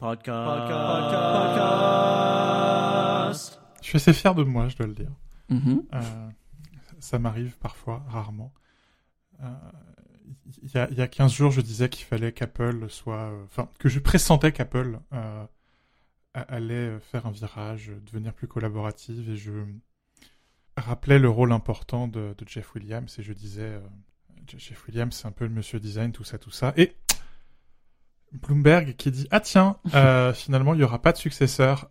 Podcast. Je suis assez fier de moi, je dois le dire. Ça m'arrive parfois, rarement. Il y a 15 jours, je disais qu'il fallait qu'Apple soit... que je pressentais qu'Apple allait faire un virage, devenir plus collaborative, et je rappelais le rôle important de Jeff Williams, et je disais... Jeff Williams, c'est un peu le monsieur design, tout ça. Et Bloomberg qui dit « Ah tiens, finalement, il n'y aura pas de successeur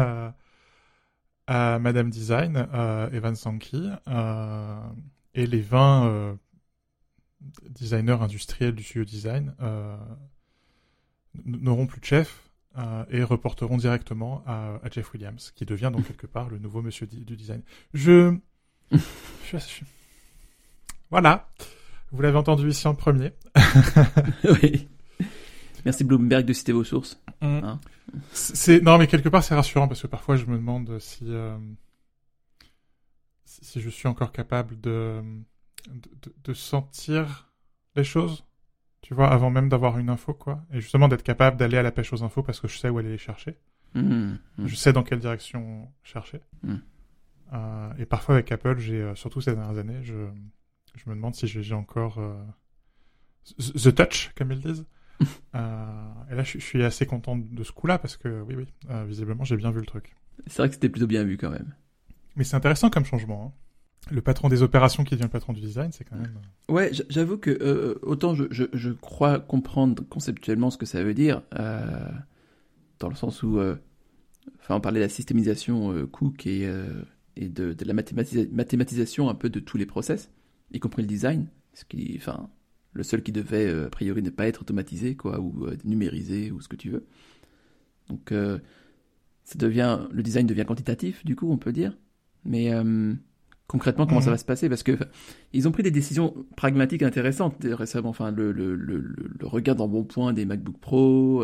à Madame Design, Evan Sankey, et les 20 designers industriels du studio design n'auront plus de chef et reporteront directement à Jeff Williams, qui devient donc quelque part le nouveau monsieur du design. Voilà, vous l'avez entendu ici en premier. Oui. Merci Bloomberg de citer vos sources. Hein. Non, mais quelque part c'est rassurant parce que parfois je me demande si je suis encore capable de sentir les choses, tu vois, avant même d'avoir une info, quoi. Et justement d'être capable d'aller à la pêche aux infos parce que je sais où aller les chercher. Je sais dans quelle direction chercher. Et parfois avec Apple, surtout ces dernières années, je me demande si j'ai encore the touch, comme ils disent. Et là, je suis assez content de ce coup-là parce que, oui, visiblement, j'ai bien vu le truc. C'est vrai que c'était plutôt bien vu quand même. Mais c'est intéressant comme changement. Hein. Le patron des opérations qui devient le patron du design, c'est quand même... Ouais, j'avoue que autant je crois comprendre conceptuellement ce que ça veut dire, dans le sens où... on parlait de la systémisation Cook et de la mathématisation un peu de tous les process, y compris le design, le seul qui devait, a priori, ne pas être automatisé, quoi, ou numérisé, ou ce que tu veux. Donc, le design devient quantitatif, du coup, on peut dire. Mais concrètement, comment ça va se passer ? Parce que ils ont pris des décisions pragmatiques intéressantes récemment. Enfin, le regard dans bon point des MacBook Pro,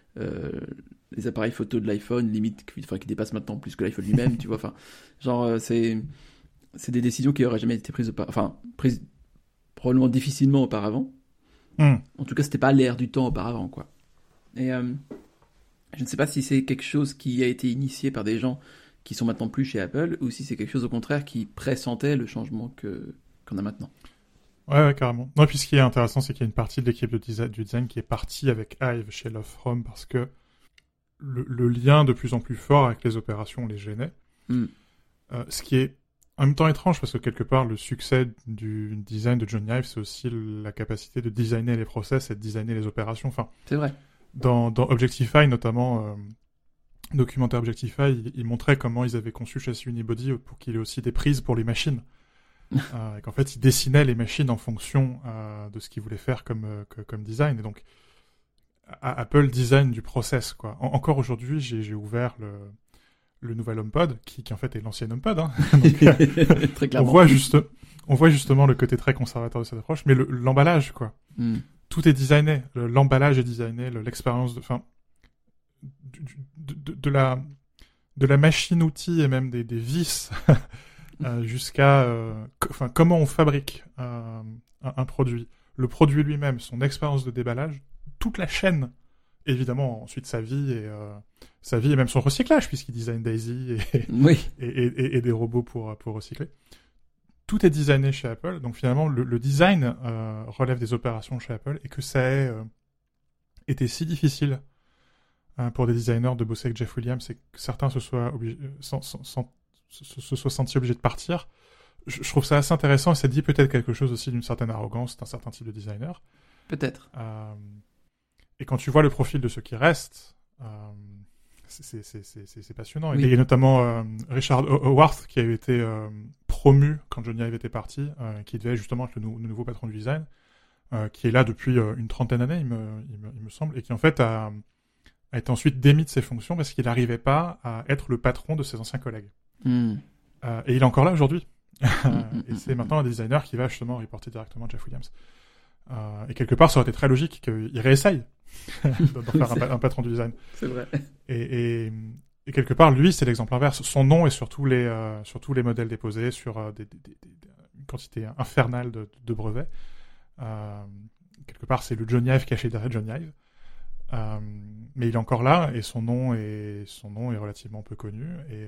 les appareils photo de l'iPhone, limite, qui dépassent maintenant plus que l'iPhone lui-même, tu vois. Enfin, c'est des décisions qui n'auraient jamais été prises probablement difficilement auparavant. En tout cas, c'était pas l'air du temps auparavant, quoi. Et je ne sais pas si c'est quelque chose qui a été initié par des gens qui sont maintenant plus chez Apple, ou si c'est quelque chose au contraire qui pressentait le changement qu'on a maintenant. Ouais, carrément. Non, puis ce qui est intéressant, c'est qu'il y a une partie de l'équipe du design qui est partie avec Hive chez Love From parce que le lien de plus en plus fort avec les opérations les gênait. Ce qui est en même temps étrange parce que quelque part le succès du design de Johnny Ive, c'est aussi la capacité de designer les process et de designer les opérations. Enfin, c'est vrai. Dans Objectify notamment, documentaire Objectify, il montrait comment ils avaient conçu Chassis Unibody pour qu'il y ait aussi des prises pour les machines. Et qu'en fait, ils dessinaient les machines en fonction de ce qu'ils voulaient faire comme design. Et donc, Apple design du process, quoi. Encore aujourd'hui, j'ai ouvert le nouvel HomePod, qui en fait est l'ancien HomePod. Hein. Donc, très clairement. On voit justement le côté très conservateur de cette approche, mais l'emballage, quoi. Tout est designé. L'emballage est designé, l'expérience de la machine-outil et même des vis jusqu'à comment on fabrique un produit. Le produit lui-même, son expérience de déballage, toute la chaîne, évidemment, ensuite sa vie et même son recyclage, puisqu'il design Daisy et des robots pour recycler. Tout est designé chez Apple, donc finalement le design relève des opérations chez Apple, et que ça ait été si difficile pour des designers de bosser avec Jeff Williams et que certains se soient sentis obligés de partir. Je trouve ça assez intéressant et ça dit peut-être quelque chose aussi d'une certaine arrogance d'un certain type de designer. Peut-être. Et quand tu vois le profil de ceux qui restent, c'est passionnant. Oui. Il y a notamment Richard Howarth qui avait été promu quand Johnny Ive était parti, qui devait justement être le nouveau patron du design, qui est là depuis une trentaine d'années, il me semble, et qui en fait a été ensuite démis de ses fonctions parce qu'il n'arrivait pas à être le patron de ses anciens collègues. Et il est encore là aujourd'hui. Et c'est maintenant un designer qui va justement reporter directement à Jeff Williams. Et quelque part, ça aurait été très logique qu'il réessaye d'en faire un patron du design. C'est vrai. Et quelque part, lui, c'est l'exemple inverse. Son nom est sur tous les modèles déposés, sur une quantité infernale de brevets. Quelque part, c'est le Johnny Ive caché derrière Johnny Ive. Mais il est encore là et son nom est relativement peu connu. Et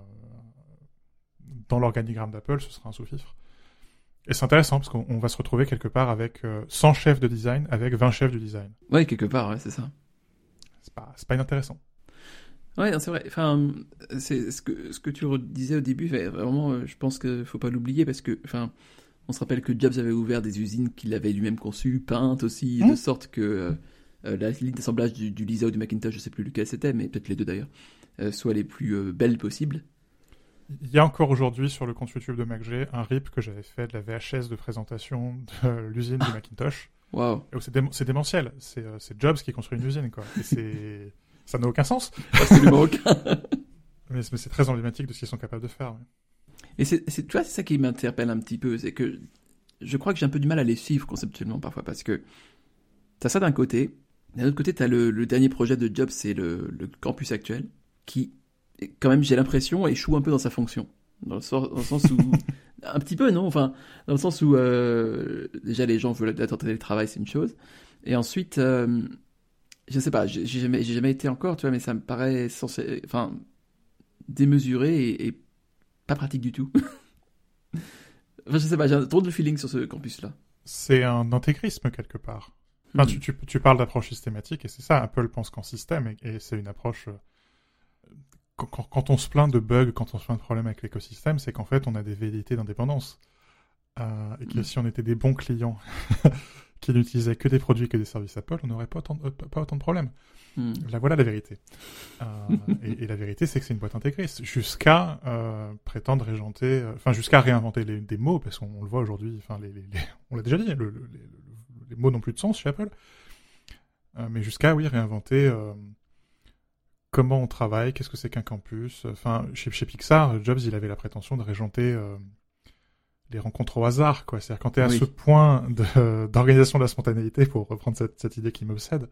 dans l'organigramme d'Apple, ce sera un sous-fifre. Et c'est intéressant parce qu'on va se retrouver quelque part avec 100 chefs de design, avec 20 chefs du design. Ouais, quelque part, ouais, c'est ça. C'est pas inintéressant. Ouais, non, c'est vrai. Enfin, c'est ce que tu disais au début. Vraiment, je pense qu'il faut pas l'oublier parce que, enfin, on se rappelle que Jobs avait ouvert des usines qu'il avait lui-même conçues, peintes aussi, de sorte que la ligne d'assemblage du Lisa ou du Macintosh, je sais plus lequel c'était, mais peut-être les deux d'ailleurs, soient les plus belles possibles. Il y a encore aujourd'hui sur le compte YouTube de MacG un RIP que j'avais fait de la VHS de présentation de l'usine du Macintosh. Waouh. C'est démentiel. C'est Jobs qui construit une usine, quoi. Et ça n'a aucun sens. Absolument aucun. mais c'est très emblématique de ce qu'ils sont capables de faire. Ouais. Et tu vois, c'est ça qui m'interpelle un petit peu, c'est que je crois que j'ai un peu du mal à les suivre conceptuellement parfois, parce que t'as ça d'un côté, d'un autre côté t'as le dernier projet de Jobs, c'est le campus actuel, qui, quand même, j'ai l'impression, échoue un peu dans sa fonction. Dans le sens où... un petit peu, non? Enfin, dans le sens où, déjà, les gens veulent être en télétravail, c'est une chose. Et ensuite, je sais pas, j'ai jamais été encore, tu vois, mais ça me paraît censé... Enfin, démesuré et pas pratique du tout. Enfin, je sais pas, j'ai un drôle de feeling sur ce campus-là. C'est un intégrisme, quelque part. Enfin, tu parles d'approche systématique, et c'est ça, Apple pense qu'en système, et c'est une approche... Quand on se plaint de bugs, quand on se plaint de problèmes avec l'écosystème, c'est qu'en fait, on a des velléités d'indépendance. Et que si on était des bons clients qui n'utilisaient que des produits, que des services Apple, on n'aurait pas autant de problèmes. Là, voilà la vérité. Et la vérité, c'est que c'est une boîte intégriste. Jusqu'à prétendre régenter... jusqu'à réinventer des mots, parce qu'on le voit aujourd'hui, on l'a déjà dit, les mots n'ont plus de sens chez Apple. Mais jusqu'à, oui, réinventer... comment on travaille, qu'est-ce que c'est qu'un campus. Chez Pixar, Jobs, il avait la prétention de régenter les rencontres au hasard, quoi. C'est-à-dire quand t'es à ce point d'organisation de la spontanéité, pour reprendre cette idée qui m'obsède,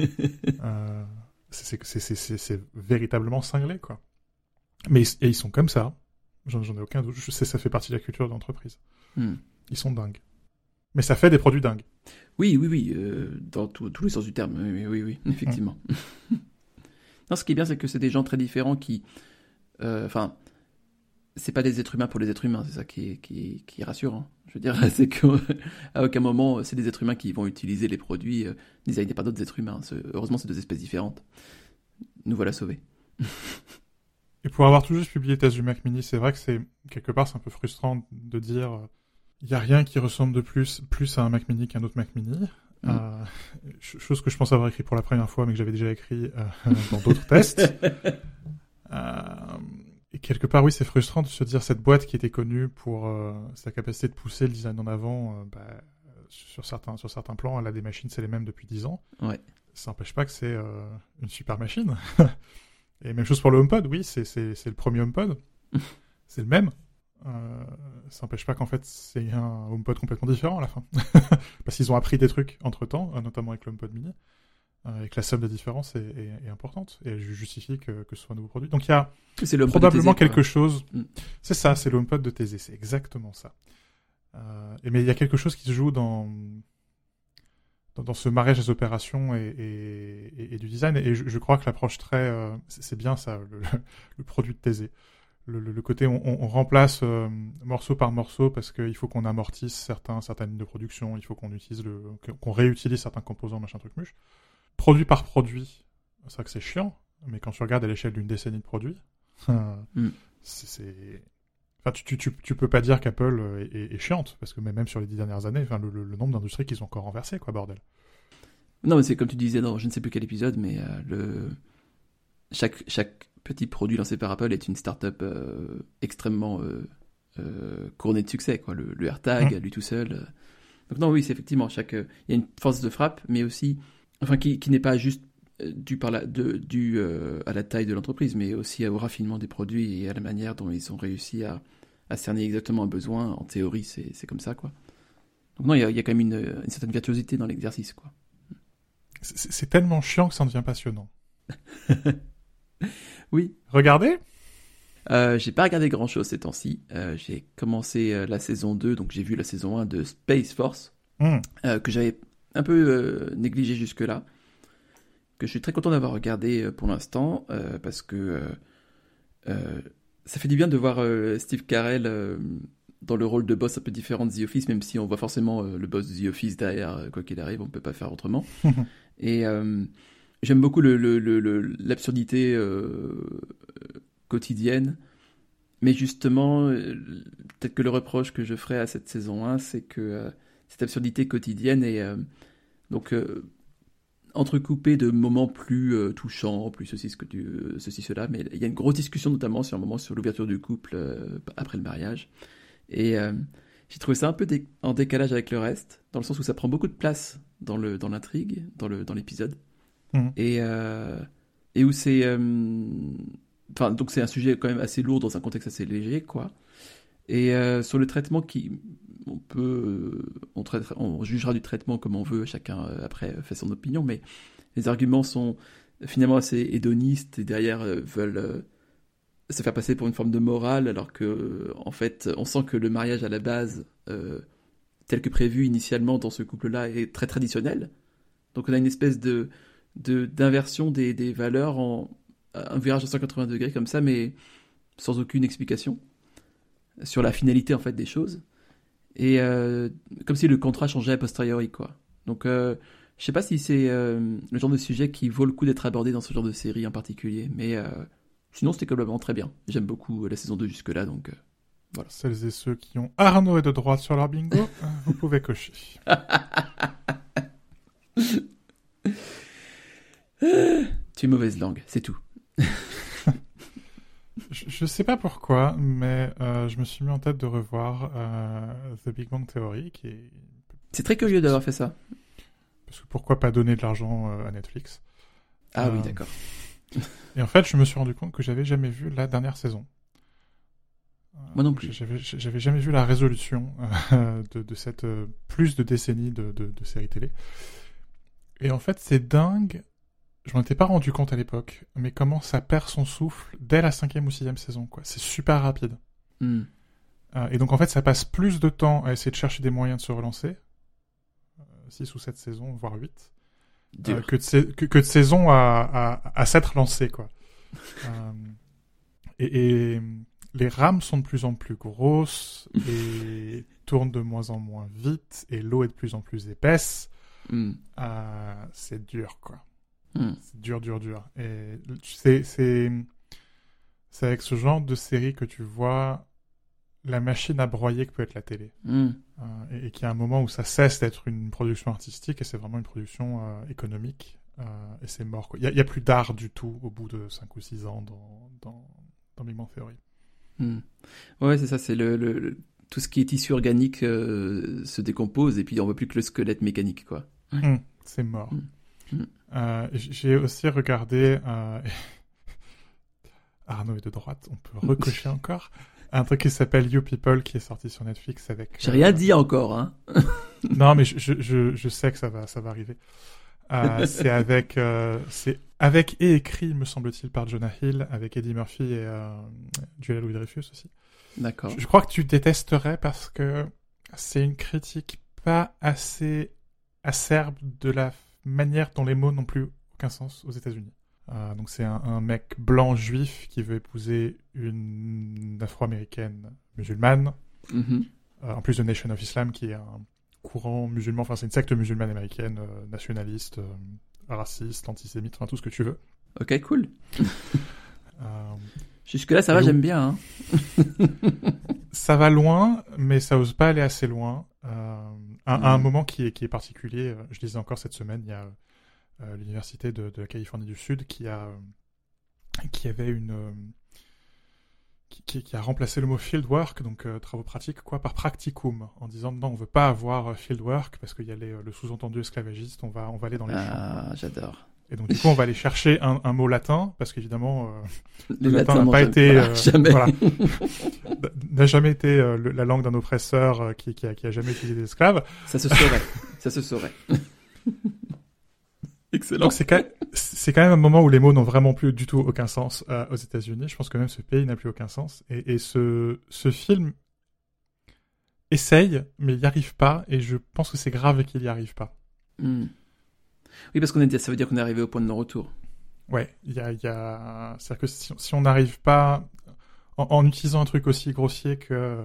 c'est véritablement cinglé, quoi. Mais ils sont comme ça. J'en ai aucun doute. Je sais, ça fait partie de la culture de l'entreprise. Ils sont dingues. Mais ça fait des produits dingues. Oui, dans tous les sens du terme. Oui, effectivement. Non, ce qui est bien, c'est que c'est des gens très différents qui... c'est pas des êtres humains pour les êtres humains, c'est ça qui est rassurant. Je veux dire, c'est qu'à aucun moment, c'est des êtres humains qui vont utiliser les produits designés par d'autres êtres humains. Heureusement, c'est deux espèces différentes. Nous voilà sauvés. Et pour avoir tout juste publié Test du Mac Mini, c'est vrai que quelque part, c'est un peu frustrant de dire il n'y a rien qui ressemble de plus à un Mac Mini qu'un autre Mac Mini. Chose que je pense avoir écrit pour la première fois, mais que j'avais déjà écrit dans d'autres tests. Et quelque part, oui, c'est frustrant de se dire cette boîte qui était connue pour sa capacité de pousser le design en avant, sur certains plans, elle a des machines, c'est les mêmes depuis 10 ans. Ouais. Ça n'empêche pas que c'est une super machine. Et même chose pour le HomePod, oui, c'est le premier HomePod. C'est le même. Ça n'empêche pas qu'en fait c'est un HomePod complètement différent à la fin. Parce qu'ils ont appris des trucs entre-temps, notamment avec le HomePod mini, et que la somme de différence est importante, et elle justifie que ce soit un nouveau produit. Donc il y a probablement quelque chose... C'est ça, c'est le HomePod de TZ, c'est exactement ça. Mais il y a quelque chose qui se joue dans ce mariage des opérations et du design, et je crois que l'approche c'est bien ça, le produit de TZ. Le côté on remplace morceau par morceau parce qu'il faut qu'on amortisse certaines lignes de production, il faut qu'on réutilise certains composants, machin truc muche. Produit par produit, c'est vrai que c'est chiant, mais quand tu regardes à l'échelle d'une décennie de produits, tu peux pas dire qu'Apple est chiante, parce que même sur les 10 dernières années, le nombre d'industries qu'ils ont encore renversé, quoi, bordel. Non, mais c'est comme tu disais dans je ne sais plus quel épisode, mais chaque petit produit lancé par Apple est une start-up extrêmement couronnée de succès, quoi. Le AirTag, lui tout seul. Donc non, oui, c'est effectivement il y a une force de frappe, mais aussi, qui n'est pas juste due à la taille de l'entreprise, mais aussi au raffinement des produits et à la manière dont ils ont réussi à cerner exactement un besoin. En théorie, c'est comme ça, quoi. Donc non, il y a quand même une certaine virtuosité dans l'exercice, quoi. C'est tellement chiant que ça en devient passionnant. Oui. Regardez. J'ai pas regardé grand chose ces temps-ci. J'ai commencé la saison 2, donc j'ai vu la saison 1 de Space Force, que j'avais un peu négligé jusque-là, que je suis très content d'avoir regardé pour l'instant, parce que ça fait du bien de voir Steve Carell dans le rôle de boss un peu différent de The Office, même si on voit forcément le boss de The Office derrière, quoi qu'il arrive, on ne peut pas faire autrement. Et j'aime beaucoup l'absurdité quotidienne, mais justement, peut-être que le reproche que je ferai à cette saison 1, c'est que cette absurdité quotidienne est donc entrecoupée de moments plus touchants, plus ceci, cela, mais il y a une grosse discussion notamment sur un moment sur l'ouverture du couple après le mariage. Et j'ai trouvé ça un peu en décalage avec le reste, dans le sens où ça prend beaucoup de place dans l'intrigue, dans l'épisode, et où c'est, donc c'est un sujet quand même assez lourd dans un contexte assez léger, quoi. Et sur le traitement on jugera du traitement comme on veut, chacun après fait son opinion, mais les arguments sont finalement assez hédonistes et derrière veulent se faire passer pour une forme de morale, alors que en fait on sent que le mariage à la base tel que prévu initialement dans ce couple-là est très traditionnel. Donc on a une espèce d'inversion des valeurs, un virage à 180 degrés comme ça, mais sans aucune explication sur la finalité en fait des choses, et comme si le contrat changeait a posteriori, quoi. Donc je sais pas si c'est le genre de sujet qui vaut le coup d'être abordé dans ce genre de série en particulier, mais sinon c'était globalement très bien. J'aime beaucoup la saison 2 jusque-là, donc voilà. Celles et ceux qui ont Arnaud et de droite sur leur bingo, vous pouvez cocher. Tu es mauvaise langue, c'est tout. Je sais pas pourquoi, mais je me suis mis en tête de revoir The Big Bang Theory, qui est... C'est très curieux d'avoir fait ça. Parce que pourquoi pas donner de l'argent à Netflix? Ah oui, d'accord. Et en fait, je me suis rendu compte que j'avais jamais vu la dernière saison. Moi non plus. J'avais jamais vu la résolution de cette plus de décennies de séries télé. Et en fait, c'est dingue. Je m'en étais pas rendu compte à l'époque, mais comment ça perd son souffle dès la 5e ou 6e saison, quoi. C'est super rapide. Et donc en fait, ça passe plus de temps à essayer de chercher des moyens de se relancer, 6 ou 7 saisons, voire 8, que de saisons à s'être lancé, quoi. Et les rames sont de plus en plus grosses, et tournent de moins en moins vite, et l'eau est de plus en plus épaisse. C'est dur, quoi. C'est dur. Et c'est avec ce genre de série que tu vois la machine à broyer que peut être la télé. Et qu'il y a un moment où ça cesse d'être une production artistique et c'est vraiment une production économique. Et c'est mort, quoi. Il y a plus d'art du tout au bout de 5 ou 6 ans dans Big Bang Theory. Ouais, c'est ça. C'est tout ce qui est tissu organique se décompose et puis on voit plus que le squelette mécanique, quoi. C'est mort. J'ai aussi regardé Arnaud est de droite, on peut recocher encore un truc qui s'appelle You People, qui est sorti sur Netflix avec... J'ai rien dit encore, hein. Non, mais je sais que ça va arriver. C'est avec et écrit, me semble-t-il, par Jonah Hill, avec Eddie Murphy et Julia Louis-Dreyfus aussi. D'accord. Je crois que tu détesterais parce que c'est une critique pas assez acerbe de la manière dont les mots n'ont plus aucun sens aux États-Unis. Donc c'est un mec blanc juif qui veut épouser une afro-américaine musulmane, en plus de Nation of Islam, qui est un courant musulman, enfin c'est une secte musulmane américaine, nationaliste, raciste, antisémite, enfin tout ce que tu veux. Ok, cool. Jusque-là, ça va, j'aime bien. Hein. Ça va loin, mais ça ose pas aller assez loin. À un moment qui est particulier, je disais encore cette semaine, il y a l'université de la Californie du Sud qui a remplacé le mot fieldwork, donc travaux pratiques, quoi, par practicum, en disant non, on veut pas avoir fieldwork parce qu'il y a le sous-entendu esclavagiste, on va aller dans les champs. Ah, j'adore. Et donc du coup, on va aller chercher un mot latin parce qu'évidemment, le latin n'a pas été, jamais. Voilà, n'a jamais été la langue d'un oppresseur qui a jamais utilisé des esclaves. Ça se saurait. Excellent. Donc c'est quand même un moment où les mots n'ont vraiment plus du tout aucun sens aux États-Unis. Je pense que même ce pays n'a plus aucun sens. Et ce film essaye, mais il n'y arrive pas. Et je pense que c'est grave qu'il n'y arrive pas. Oui, parce ça veut dire qu'on est arrivé au point de non-retour. Ouais, c'est-à-dire que si on n'arrive pas, en utilisant un truc aussi grossier que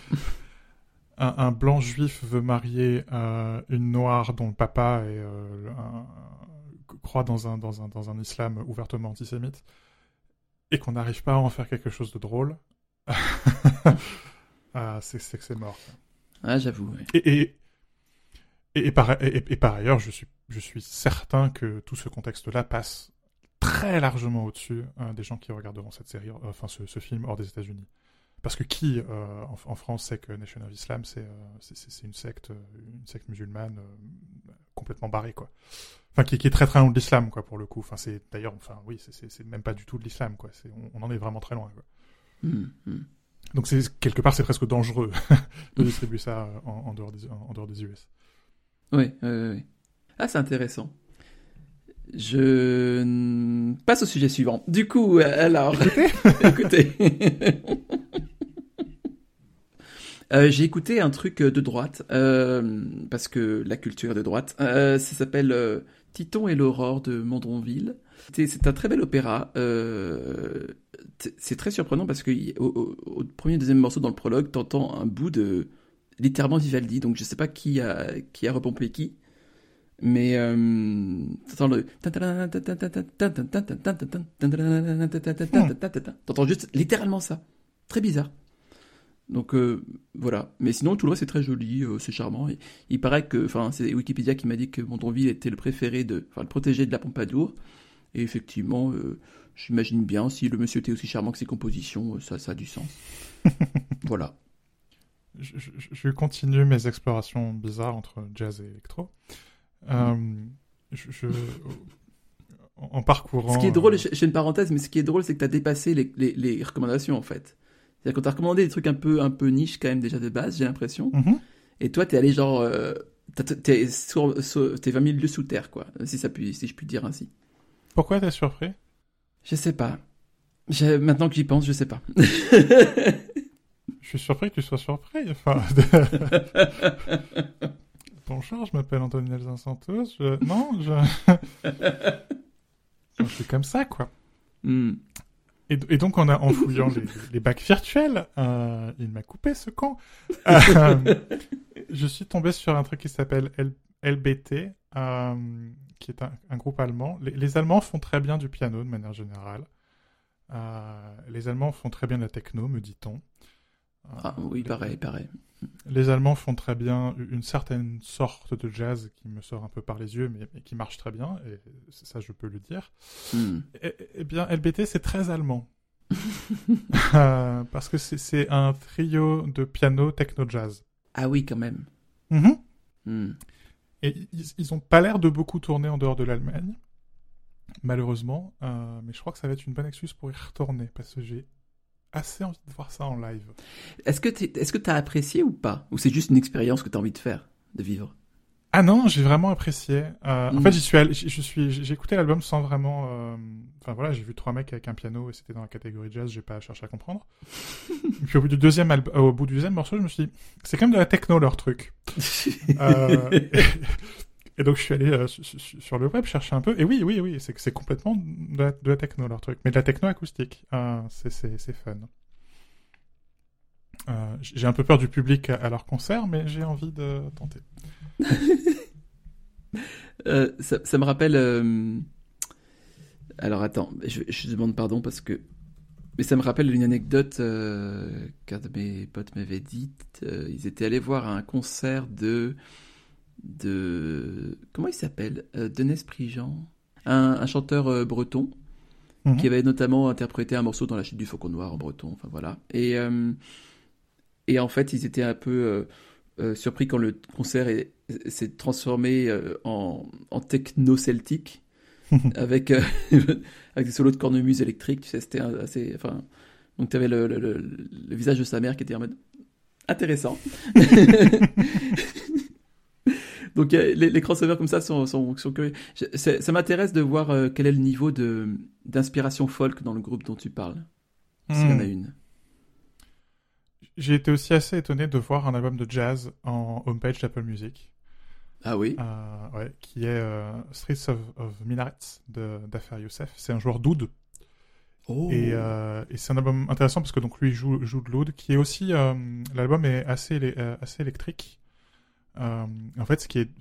un blanc juif veut marier une noire dont le papa croit dans un islam ouvertement antisémite, et qu'on n'arrive pas à en faire quelque chose de drôle, c'est que c'est mort. Ah, j'avoue. Ouais. Et par ailleurs, je suis certain que tout ce contexte-là passe très largement au-dessus des gens qui regarderont cette série, ce film hors des États-Unis. Parce que qui en France sait que Nation of Islam c'est une secte musulmane complètement barrée, quoi. Enfin, qui est très très loin de l'islam, quoi, pour le coup. Enfin, c'est d'ailleurs, oui, c'est même pas du tout de l'islam, quoi. On en est vraiment très loin, quoi. Donc quelque part c'est presque dangereux de distribuer ça en dehors des US. Oui. Ah, c'est intéressant. Je passe au sujet suivant. Du coup, alors, écoutez. J'ai écouté un truc de droite, parce que la culture est de droite. Ça s'appelle Titon et l'aurore de Mondronville. C'est un très bel opéra. C'est très surprenant parce que au premier et deuxième morceau dans le prologue, t'entends un bout de littéralement Vivaldi. Donc je sais pas qui a repompé qui, mais t'entends le t'entends juste littéralement ça. Très bizarre. Donc voilà, mais sinon tout le reste c'est très joli, c'est charmant. Et il paraît que, c'est Wikipédia qui m'a dit que Mondronville était le protégé de la Pompadour. Et effectivement, j'imagine bien, si le monsieur était aussi charmant que ses compositions, ça a du sens. Voilà. Je continue mes explorations bizarres entre jazz et électro. En parcourant... Ce qui est drôle, j'ai une parenthèse, mais ce qui est drôle, c'est que tu as dépassé les recommandations, en fait. C'est-à-dire qu'on t'a recommandé des trucs un peu niche quand même déjà de base, j'ai l'impression. Mm-hmm. Et toi, t'es allé genre... t'es 20 000 lieues sous terre, quoi, si je puis dire ainsi. Pourquoi t'es surpris ? Je sais pas. Maintenant que j'y pense, je sais pas. Je suis surpris que tu sois surpris. Bonjour, je m'appelle Anthony Elzin Santos. Je suis comme ça, quoi. Et donc, en fouillant les bacs virtuels, il m'a coupé ce con. Je suis tombé sur un truc qui s'appelle LBT, qui est un groupe allemand. Les Allemands font très bien du piano de manière générale. Les Allemands font très bien de la techno, me dit-on. Oui, pareil. Les Allemands font très bien une certaine sorte de jazz qui me sort un peu par les yeux, mais qui marche très bien, et ça je peux le dire. Eh bien, LBT, c'est très allemand. Parce que c'est un trio de piano techno-jazz. Ah oui, quand même. Et ils ont pas l'air de beaucoup tourner en dehors de l'Allemagne, malheureusement, mais je crois que ça va être une bonne excuse pour y retourner, parce que j'ai assez envie de voir ça en live. Est-ce que t'as apprécié ou pas ? Ou c'est juste une expérience que t'as envie de faire, de vivre ? Ah non, j'ai vraiment apprécié. En fait, j'ai écouté l'album sans vraiment... Enfin voilà, j'ai vu 3 mecs avec un piano et c'était dans la catégorie jazz, j'ai pas cherché à comprendre. Puis au bout du deuxième morceau, je me suis dit, c'est quand même de la techno leur truc. Et donc je suis allé sur le web chercher un peu, et oui, c'est complètement de la techno leur truc, mais de la techno acoustique. C'est fun. J'ai un peu peur du public à leur concert, mais j'ai envie de tenter. Ça me rappelle... Alors attends, je demande pardon parce que... Mais ça me rappelle une anecdote qu'un de mes potes m'avait dite. Ils étaient allés voir un concert de comment il s'appelle, Denis Prigent, un chanteur breton qui avait notamment interprété un morceau dans La Chute du Faucon Noir en breton, enfin voilà. Et en fait ils étaient un peu surpris quand le concert s'est transformé en techno celtique avec des solos de cornemuse électrique, tu sais, c'était assez, enfin, donc tu avais le visage de sa mère qui était en mode intéressant. Donc les crossovers comme ça sont curieux. Ça m'intéresse de voir quel est le niveau d'inspiration folk dans le groupe dont tu parles, s'il y en a une. J'ai été aussi assez étonné de voir un album de jazz en homepage d'Apple Music. Ah oui. Ouais, qui est Streets of Minarets d'Affaire Youssef. C'est un joueur d'oud. Oh. Et c'est un album intéressant parce que donc lui joue de l'oud, qui est aussi l'album est assez électrique. En fait,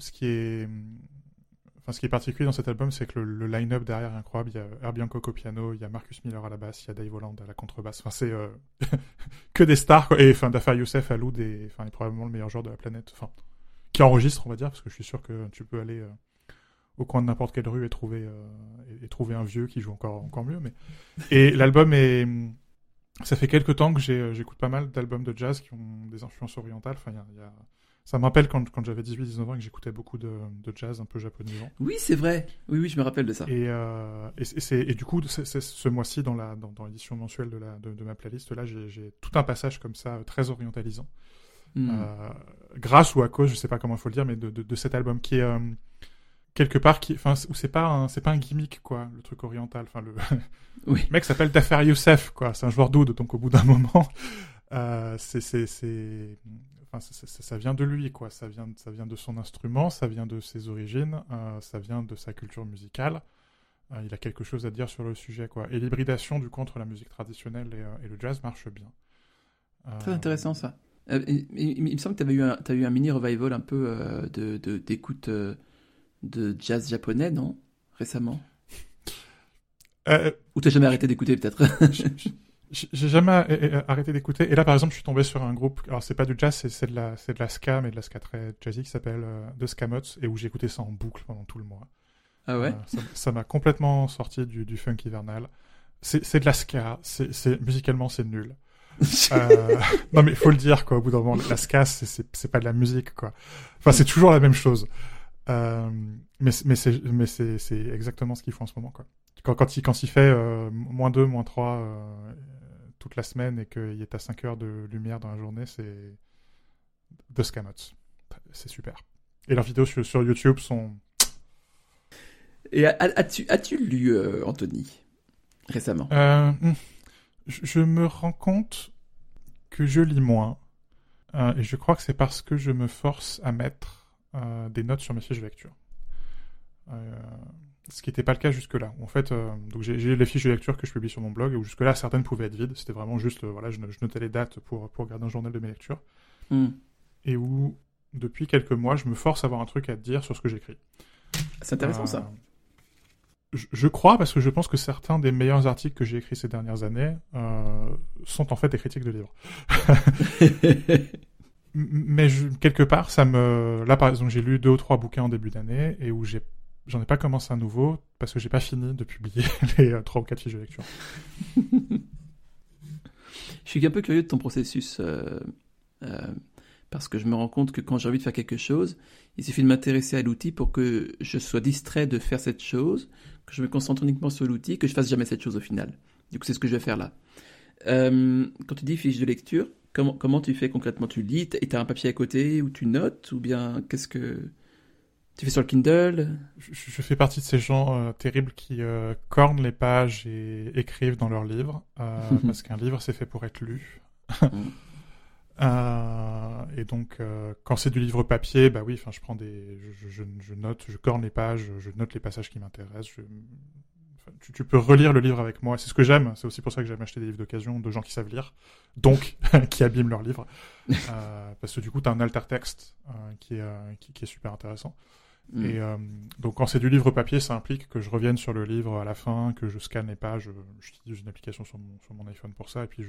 ce qui est particulier dans cet album, c'est que le line-up derrière est incroyable. Il y a Herbie Hancock au piano, il y a Marcus Miller à la basse, il y a Dave Holland à la contrebasse. Enfin, c'est que des stars, quoi. Et enfin, d'Affaire Youssef à l'oud, il est probablement le meilleur joueur de la planète. Enfin, qui enregistre, on va dire, parce que je suis sûr que tu peux aller au coin de n'importe quelle rue et trouver un vieux qui joue encore mieux. Et l'album est... Ça fait quelques temps que j'écoute pas mal d'albums de jazz qui ont des influences orientales. Enfin, ça me rappelle quand j'avais 18-19 ans et que j'écoutais beaucoup de jazz un peu japonisant. Oui, c'est vrai. Oui, je me rappelle de ça. Et du coup, ce mois-ci, dans l'édition mensuelle de ma playlist, là, j'ai tout un passage comme ça, très orientalisant. Grâce ou à cause, je sais pas comment il faut le dire, mais de cet album qui est quelque part où c'est pas un gimmick, quoi, le truc oriental. Enfin, Oui. le mec s'appelle Dafer Youssef, quoi. C'est un joueur d'oud, donc au bout d'un moment, ça vient de lui, quoi. Ça vient de son instrument, ça vient de ses origines, ça vient de sa culture musicale. Il a quelque chose à dire sur le sujet, quoi. Et l'hybridation du coup entre la musique traditionnelle et le jazz marche bien. Très intéressant ça. Il me semble que t'as eu un mini revival un peu d'écoute de jazz japonais, non, récemment. Ou t'as jamais arrêté d'écouter peut-être. J'ai jamais arrêté d'écouter. Et là, par exemple, je suis tombé sur un groupe. Alors, c'est pas du jazz, c'est de la ska, mais de la ska très jazzy qui s'appelle The Scamots, et où j'ai écouté ça en boucle pendant tout le mois. Ah ouais. Ça m'a complètement sorti du funk hivernal. C'est de la ska. Musicalement, c'est nul. Non, mais faut le dire, quoi. Au bout d'un moment, la ska, c'est pas de la musique, quoi. Enfin, c'est toujours la même chose. Mais c'est exactement ce qu'ils font en ce moment, quoi. Quand il fait -2, -3 toute la semaine et qu'il est à 5 heures de lumière dans la journée, c'est The Scamots. C'est super. Et leurs vidéos sur YouTube sont... Et as-tu lu Anthony récemment? Je me rends compte que je lis moins. Et je crois que c'est parce que je me force à mettre des notes sur mes fiches de lecture. Ce qui n'était pas le cas jusque-là. En fait, donc j'ai les fiches de lecture que je publie sur mon blog, où jusque-là, certaines pouvaient être vides. C'était vraiment juste, je notais les dates pour garder un journal de mes lectures. Et où, depuis quelques mois, je me force à avoir un truc à dire sur ce que j'écris. C'est intéressant, ça. Je crois, parce que je pense que certains des meilleurs articles que j'ai écrits ces dernières années sont en fait des critiques de livres. Mais quelque part, là, par exemple, j'ai lu 2 ou 3 bouquins en début d'année, et où j'en ai pas commencé un nouveau parce que j'ai pas fini de publier les 3 ou 4 fiches de lecture. Je suis un peu curieux de ton processus parce que je me rends compte que quand j'ai envie de faire quelque chose, il suffit de m'intéresser à l'outil pour que je sois distrait de faire cette chose, que je me concentre uniquement sur l'outil, que je fasse jamais cette chose au final. Du coup, c'est ce que je vais faire là. Quand tu dis fiche de lecture, comment tu fais concrètement? Tu lis et tu as un papier à côté où tu notes, ou bien qu'est-ce que... Tu fais sur le Kindle? Je fais partie de ces gens terribles qui cornent les pages et écrivent dans leurs livres, parce qu'un livre, c'est fait pour être lu. Et donc, quand c'est du livre papier, bah oui, je prends je note, je corne les pages, je note les passages qui m'intéressent. Tu peux relire le livre avec moi. C'est ce que j'aime. C'est aussi pour ça que j'aime acheter des livres d'occasion de gens qui savent lire, donc qui abîment leurs livres, parce que du coup, t'as un alter texte qui est super intéressant. Et donc quand c'est du livre papier, ça implique que je revienne sur le livre à la fin, que je scanne les pages. J'utilise une application sur mon iPhone pour ça, et puis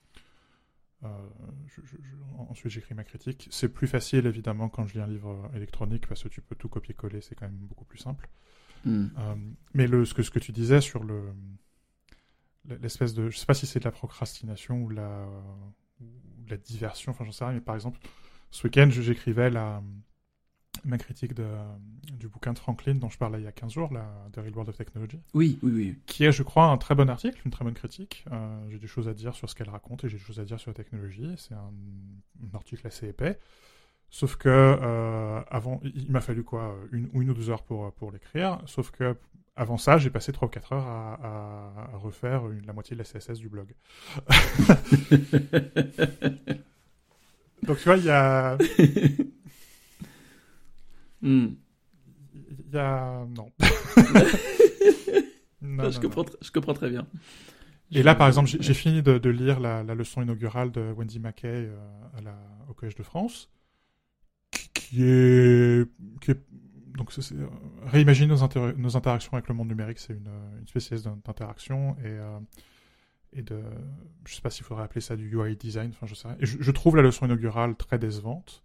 ensuite j'écris ma critique. C'est plus facile évidemment quand je lis un livre électronique, parce que tu peux tout copier-coller, c'est quand même beaucoup plus simple. Mais ce que tu disais sur l'espèce de... Je sais pas si c'est de la procrastination ou de la diversion, enfin j'en sais rien, mais par exemple, ce week-end j'écrivais ma critique du bouquin de Franklin dont je parlais il y a 15 jours, The Real World of Technology. Oui. Qui est, je crois, un très bon article, une très bonne critique. J'ai des choses à dire sur ce qu'elle raconte et j'ai des choses à dire sur la technologie. C'est un article assez épais. Sauf que avant, il m'a fallu une ou 2 heures pour l'écrire. Sauf que avant ça, j'ai passé 3 ou 4 heures à refaire la moitié de la CSS du blog. Donc tu vois, il y a... Hmm. Il y a... Non. Non, Je non, non. comprends très bien. Et là, par exemple, j'ai fini de lire la leçon inaugurale de Wendy Mackay au Collège de France, qui est donc réimaginer nos interactions avec le monde numérique. C'est une spécialiste d'interaction et de, je sais pas s'il faudrait appeler ça du UI design. Enfin, je sais rien. Et je trouve la leçon inaugurale très décevante.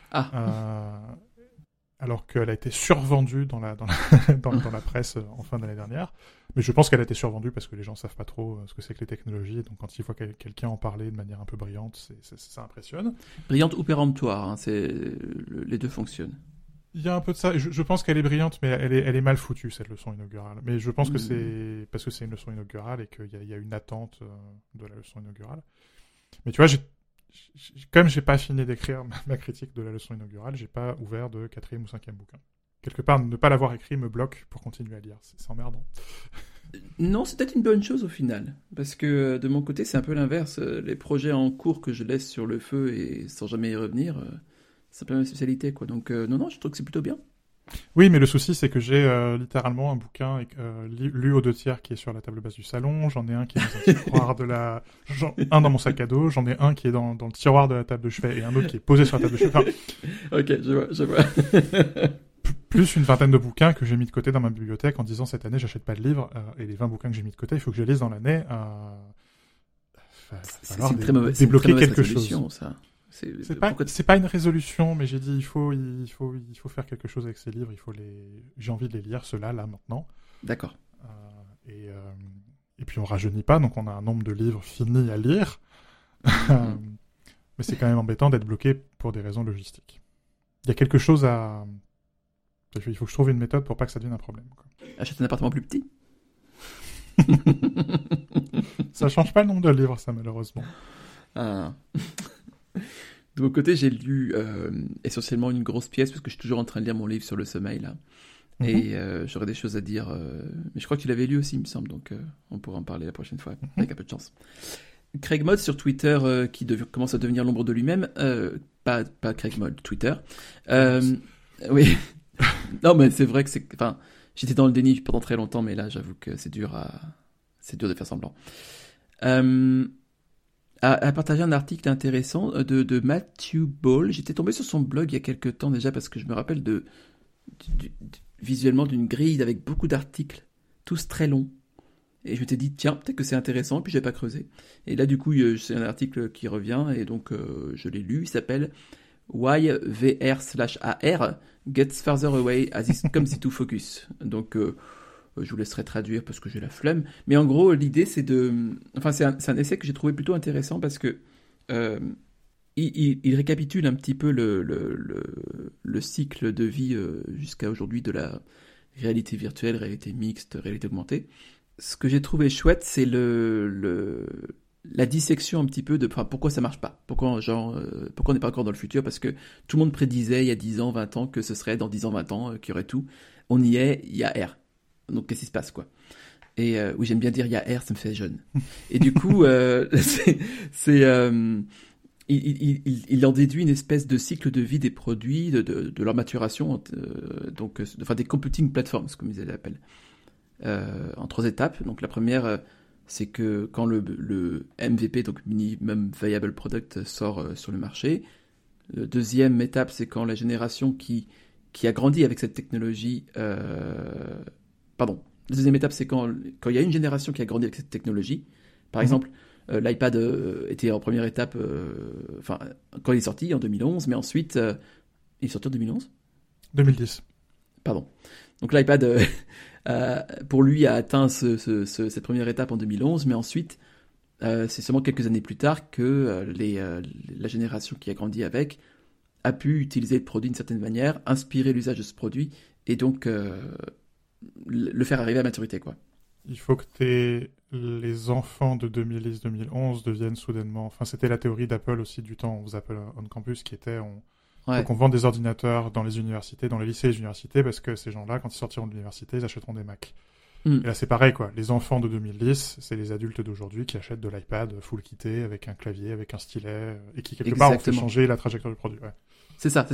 Alors qu'elle a été survendue dans la presse en fin d'année dernière. Mais je pense qu'elle a été survendue parce que les gens savent pas trop ce que c'est que les technologies. Donc quand ils voient quelqu'un en parler de manière un peu brillante, ça impressionne. Brillante ou péremptoire, hein, les deux fonctionnent. Il y a un peu de ça. Je pense qu'elle est brillante, mais elle est mal foutue, cette leçon inaugurale. Mais je pense que c'est parce que c'est une leçon inaugurale et qu'il y a une attente de la leçon inaugurale. Mais tu vois, comme j'ai pas fini d'écrire ma critique de la leçon inaugurale, j'ai pas ouvert de 4e ou 5e bouquin. Quelque part, ne pas l'avoir écrit me bloque pour continuer à lire. C'est emmerdant. Non, c'est peut-être une bonne chose au final. Parce que de mon côté, c'est un peu l'inverse. Les projets en cours que je laisse sur le feu et sans jamais y revenir, c'est un peu ma spécialité, quoi. Donc, non, je trouve que c'est plutôt bien. Oui, mais le souci, c'est que j'ai littéralement un bouquin lu aux 2/3 qui est sur la table basse du salon. J'en ai un qui est dans un tiroir un dans mon sac à dos. J'en ai un qui est dans le tiroir de la table de chevet et un autre qui est posé sur la table de chevet. Enfin, ok, je vois. plus une vingtaine de bouquins que j'ai mis de côté dans ma bibliothèque en disant cette année, j'achète pas de livres. Et les 20 bouquins que j'ai mis de côté, il faut que je les lise dans l'année. C'est une très mauvaise résolution, ça. C'est pas une résolution, mais j'ai dit il faut faire quelque chose avec ces livres. J'ai envie de les lire, ceux-là, là, maintenant. D'accord. Et puis on rajeunit pas, donc on a un nombre de livres finis à lire. Mais c'est quand même embêtant d'être bloqué pour des raisons logistiques. Il y a quelque chose à... Il faut que je trouve une méthode pour pas que ça devienne un problème, quoi. Achète un appartement plus petit. Ça change pas le nombre de livres, ça, malheureusement. Ah. De mon côté, j'ai lu essentiellement une grosse pièce parce que je suis toujours en train de lire mon livre sur le sommeil là. Et j'aurais des choses à dire, mais je crois que tu l'avais lu aussi, il me semble, donc on pourra en parler la prochaine fois avec un peu de chance. Craig Mod sur Twitter qui commence à devenir l'ombre de lui-même, pas Craig Mod, Twitter. Oui, non mais c'est vrai que j'étais dans le déni pendant très longtemps, mais là j'avoue que c'est dur de faire semblant. A partagé un article intéressant de Matthew Ball. J'étais tombé sur son blog il y a quelques temps déjà parce que je me rappelle visuellement d'une grille avec beaucoup d'articles, tous très longs. Et je m'étais dit, tiens, peut-être que c'est intéressant, puis j'ai pas creusé. Et là, du coup, c'est un article qui revient, et donc je l'ai lu. Il s'appelle Why VR/AR Gets Further Away as It Comes to Focus. Donc, je vous laisserai traduire parce que j'ai la flemme. Mais en gros, l'idée, c'est c'est un essai que j'ai trouvé plutôt intéressant parce que il récapitule un petit peu le cycle de vie jusqu'à aujourd'hui de la réalité virtuelle, réalité mixte, réalité augmentée. Ce que j'ai trouvé chouette, c'est la dissection un petit peu de pourquoi ça marche pas. Pourquoi on n'est pas encore dans le futur, parce que tout le monde prédisait il y a 10 ans, 20 ans que ce serait dans 10 ans, 20 ans qu'il y aurait tout. On y est, il y a R. Donc qu'est-ce qui se passe, quoi? Et oui, j'aime bien dire il y a R, ça me fait jeune. Et du coup, il en déduit une espèce de cycle de vie des produits, de leur maturation, des computing platforms, comme ils l'appellent, en 3 étapes. Donc la première, c'est que quand le MVP, donc Minimum Viable Product, sort sur le marché. La deuxième étape, c'est quand la génération qui a grandi avec cette technologie... La deuxième étape, c'est quand il y a une génération qui a grandi avec cette technologie. Par exemple, l'iPad était en première étape, quand il est sorti en 2011, mais ensuite, il est sorti en 2011 2010. Pardon. Donc l'iPad, pour lui, a atteint cette première étape en 2011, mais ensuite, c'est seulement quelques années plus tard que la génération qui a grandi avec a pu utiliser le produit d'une certaine manière, inspirer l'usage de ce produit, et donc le faire arriver à maturité, quoi. Il faut que les enfants de 2010-2011 deviennent soudainement... Enfin, c'était la théorie d'Apple aussi du temps aux Apple on Campus qui était... Donc on vend des ordinateurs dans les universités, dans les lycées et les universités, parce que ces gens-là, quand ils sortiront de l'université, ils achèteront des Macs. Et là, c'est pareil, quoi. Les enfants de 2010, c'est les adultes d'aujourd'hui qui achètent de l'iPad full kitté, avec un clavier, avec un stylet, et qui, quelque part, ont fait changer la trajectoire du produit. Ouais. C'est ça.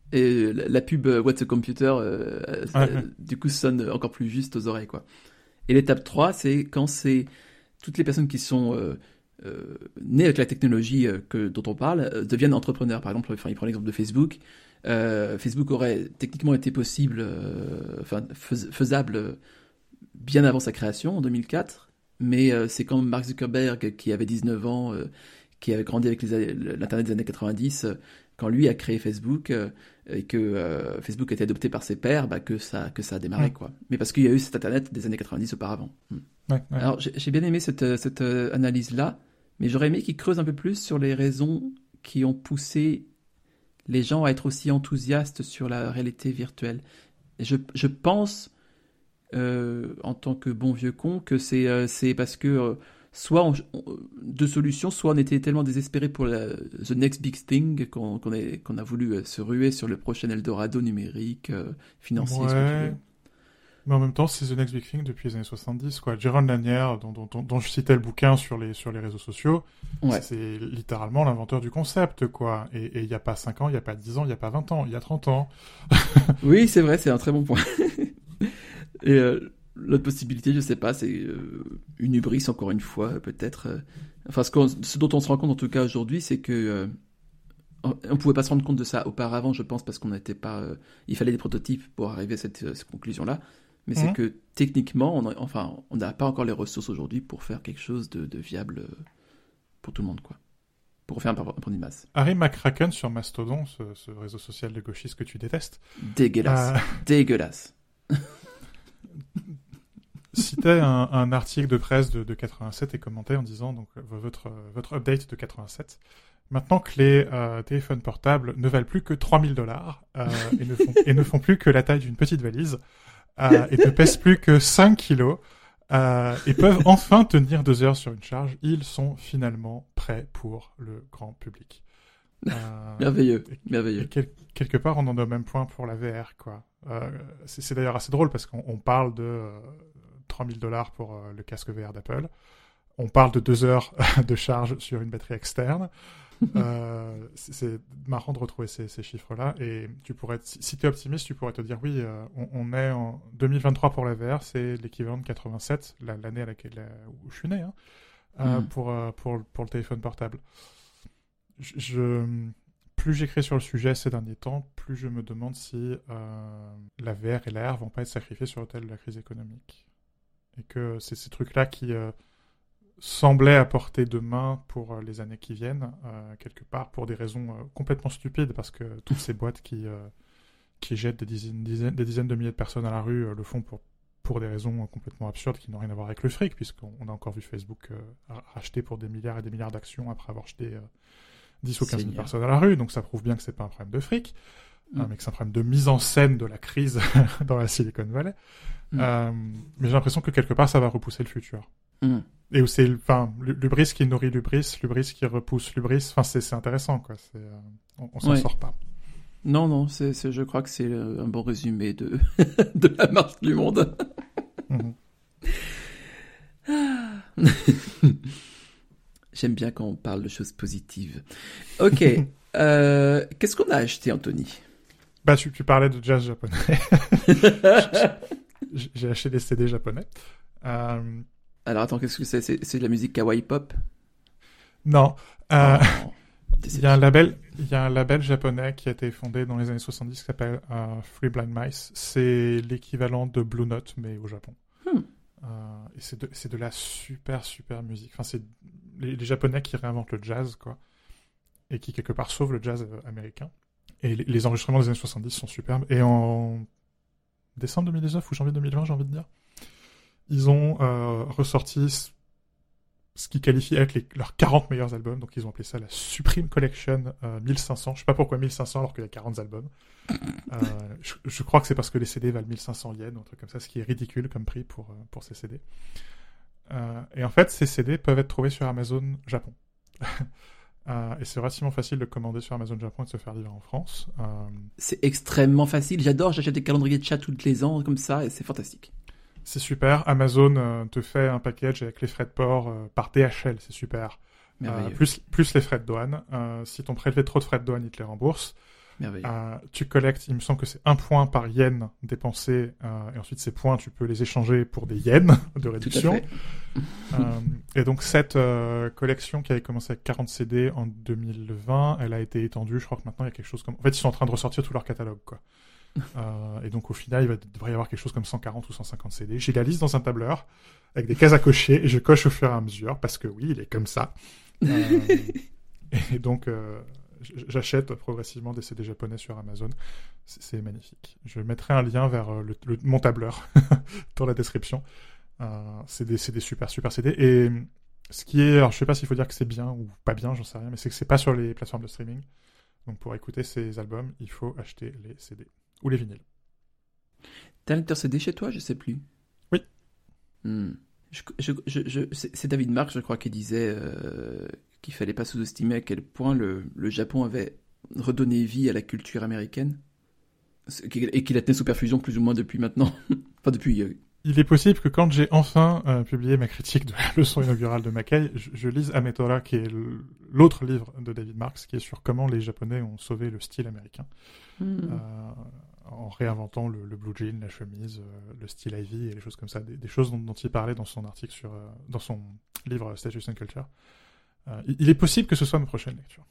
Et la pub What's a Computer, Ouais. du coup, sonne encore plus juste aux oreilles, quoi. Et l'étape 3, c'est quand c'est toutes les personnes qui sont nées avec la technologie dont on parle deviennent entrepreneurs. Par exemple, il prend l'exemple de Facebook. Facebook aurait techniquement été possible, faisable bien avant sa création, en 2004. Mais c'est quand Mark Zuckerberg, qui avait 19 ans, qui avait grandi avec l'Internet des années 90, quand lui a créé Facebook et que Facebook a été adopté par ses pairs, que ça a démarré, quoi. Mais parce qu'il y a eu cet Internet des années 90 auparavant. Ouais. Alors j'ai bien aimé cette analyse-là, mais j'aurais aimé qu'il creuse un peu plus sur les raisons qui ont poussé les gens à être aussi enthousiastes sur la réalité virtuelle. Et je pense, en tant que bon vieux con, que c'est parce que soit deux solutions, soit on était tellement désespéré pour the next big thing qu'on a voulu se ruer sur le prochain Eldorado numérique, financier, ce que tu veux. Mais en même temps, c'est The Next Big Thing depuis les années 70, quoi. Jérôme Lanière, dont je citais le bouquin sur les réseaux sociaux, Ouais. c'est littéralement l'inventeur du concept, quoi. Et il n'y a pas 5 ans, il n'y a pas 10 ans, il n'y a pas 20 ans, il y a 30 ans. Oui, c'est vrai, c'est un très bon point. Et l'autre possibilité, je sais pas, c'est une hubris, encore une fois, peut-être. Enfin, ce dont on se rend compte, en tout cas, aujourd'hui, c'est que on pouvait pas se rendre compte de ça auparavant, je pense, parce qu'on n'était pas... il fallait des prototypes pour arriver à cette conclusion-là. Mais c'est que, techniquement, on n'a pas encore les ressources aujourd'hui pour faire quelque chose de viable pour tout le monde, quoi. Pour faire un produit de masse. Harry McCracken sur Mastodon, ce réseau social de gauchistes que tu détestes. Dégueulasse. Dégueulasse. Citait un article de presse de 87 et commentait en disant, donc, votre update de 87. Maintenant que les téléphones portables ne valent plus que $3,000 et ne font plus que la taille d'une petite valise et ne pèsent plus que 5 kilos et peuvent enfin tenir 2 heures sur une charge, ils sont finalement prêts pour le grand public. Merveilleux, merveilleux. Quelque part, on en est au même point pour la VR, quoi. C'est d'ailleurs assez drôle parce qu'on parle de $3,000 pour le casque VR d'Apple. On parle de 2 heures de charge sur une batterie externe. C'est marrant de retrouver ces chiffres-là. Et si tu es optimiste, tu pourrais te dire oui, on est en 2023 pour la VR, c'est l'équivalent de 87, l'année où je suis né, pour le téléphone portable. Plus j'écris sur le sujet ces derniers temps, plus je me demande si la VR et la AR vont pas être sacrifiés sur l'autel de la crise économique. Et que c'est ces trucs-là qui semblaient à portée de main pour les années qui viennent, quelque part, pour des raisons complètement stupides, parce que toutes ces boîtes qui jettent des dizaines de milliers de personnes à la rue le font pour des raisons complètement absurdes qui n'ont rien à voir avec le fric, puisqu'on a encore vu Facebook racheter pour des milliards et des milliards d'actions après avoir jeté 10 ou 15 000 personnes à la rue, donc ça prouve bien que c'est pas un problème de fric, mais que c'est un problème de mise en scène de la crise dans la Silicon Valley. Mais j'ai l'impression que quelque part ça va repousser le futur. Et où c'est l'hubris qui nourrit l'hubris qui repousse l'hubris, c'est intéressant, quoi. On s'en sort pas. Non, je crois que c'est un bon résumé de la marche du monde. J'aime bien quand on parle de choses positives. Ok, qu'est-ce qu'on a acheté, Anthony? Tu parlais de jazz japonais. J'ai acheté des CD japonais. Alors attends, qu'est-ce que c'est? C'est de la musique kawaii pop? Non. Il y a un label japonais qui a été fondé dans les années 70 qui s'appelle Free Blind Mice. C'est l'équivalent de Blue Note, mais au Japon. Et c'est de la super musique. Enfin, c'est les Japonais qui réinventent le jazz, quoi. Et qui, quelque part, sauvent le jazz américain. Et les enregistrements des années 70 sont superbes. Et en décembre 2019 ou janvier 2020, j'ai envie de dire, ils ont ressorti ce qu'ils qualifient être leurs 40 meilleurs albums. Donc ils ont appelé ça la Supreme Collection 1500. Je sais pas pourquoi 1500 alors qu'il y a 40 albums. Je crois que c'est parce que les CD valent 1500 yens ou un truc comme ça, ce qui est ridicule comme prix pour ces CD. Et en fait, ces CD peuvent être trouvés sur Amazon Japon. Et c'est relativement facile de commander sur Amazon Japon et de se faire livrer en France. C'est extrêmement facile. J'adore, j'achète des calendriers de chat tous les ans comme ça et c'est fantastique. C'est super. Amazon te fait un package avec les frais de port par DHL, c'est super. Plus les frais de douane. Si t'ont prélevé trop de frais de douane, ils te les remboursent. Merveilleux. Tu collectes, il me semble que c'est 1 point par yen dépensé, et ensuite ces points, tu peux les échanger pour des yens de réduction. Tout à fait. Et donc cette collection qui avait commencé avec 40 CD en 2020, elle a été étendue, je crois que maintenant il y a quelque chose comme... En fait, ils sont en train de ressortir tout leur catalogue, quoi. Et donc au final, devrait y avoir quelque chose comme 140 ou 150 CD. J'ai la liste dans un tableur, avec des cases à cocher, et je coche au fur et à mesure, parce que oui, il est comme ça. Et donc... j'achète progressivement des CD japonais sur Amazon. C'est magnifique. Je mettrai un lien vers mon tableur dans la description. C'est des super CD. Et ce qui est... Alors, je sais pas s'il faut dire que c'est bien ou pas bien, j'en sais rien, mais c'est que c'est pas sur les plateformes de streaming. Donc, pour écouter ces albums, il faut acheter les CD. Ou les vinyles. T'as un lecteur CD chez toi? Je sais plus. Oui. C'est David Marx, je crois, qui disait... qu'il fallait pas sous-estimer à quel point le Japon avait redonné vie à la culture américaine et qu'il la tenait sous perfusion plus ou moins depuis maintenant. Enfin, depuis... Il est possible que quand j'ai enfin publié ma critique de la leçon inaugurale de Mackay, je lise Ametora, qui est l'autre livre de David Marx, qui est sur comment les Japonais ont sauvé le style américain. En réinventant le blue jean, la chemise, le style Ivy et les choses comme ça. Des choses dont il parlait dans son article dans son livre Status and Culture. Il est possible que ce soit ma prochaine lecture.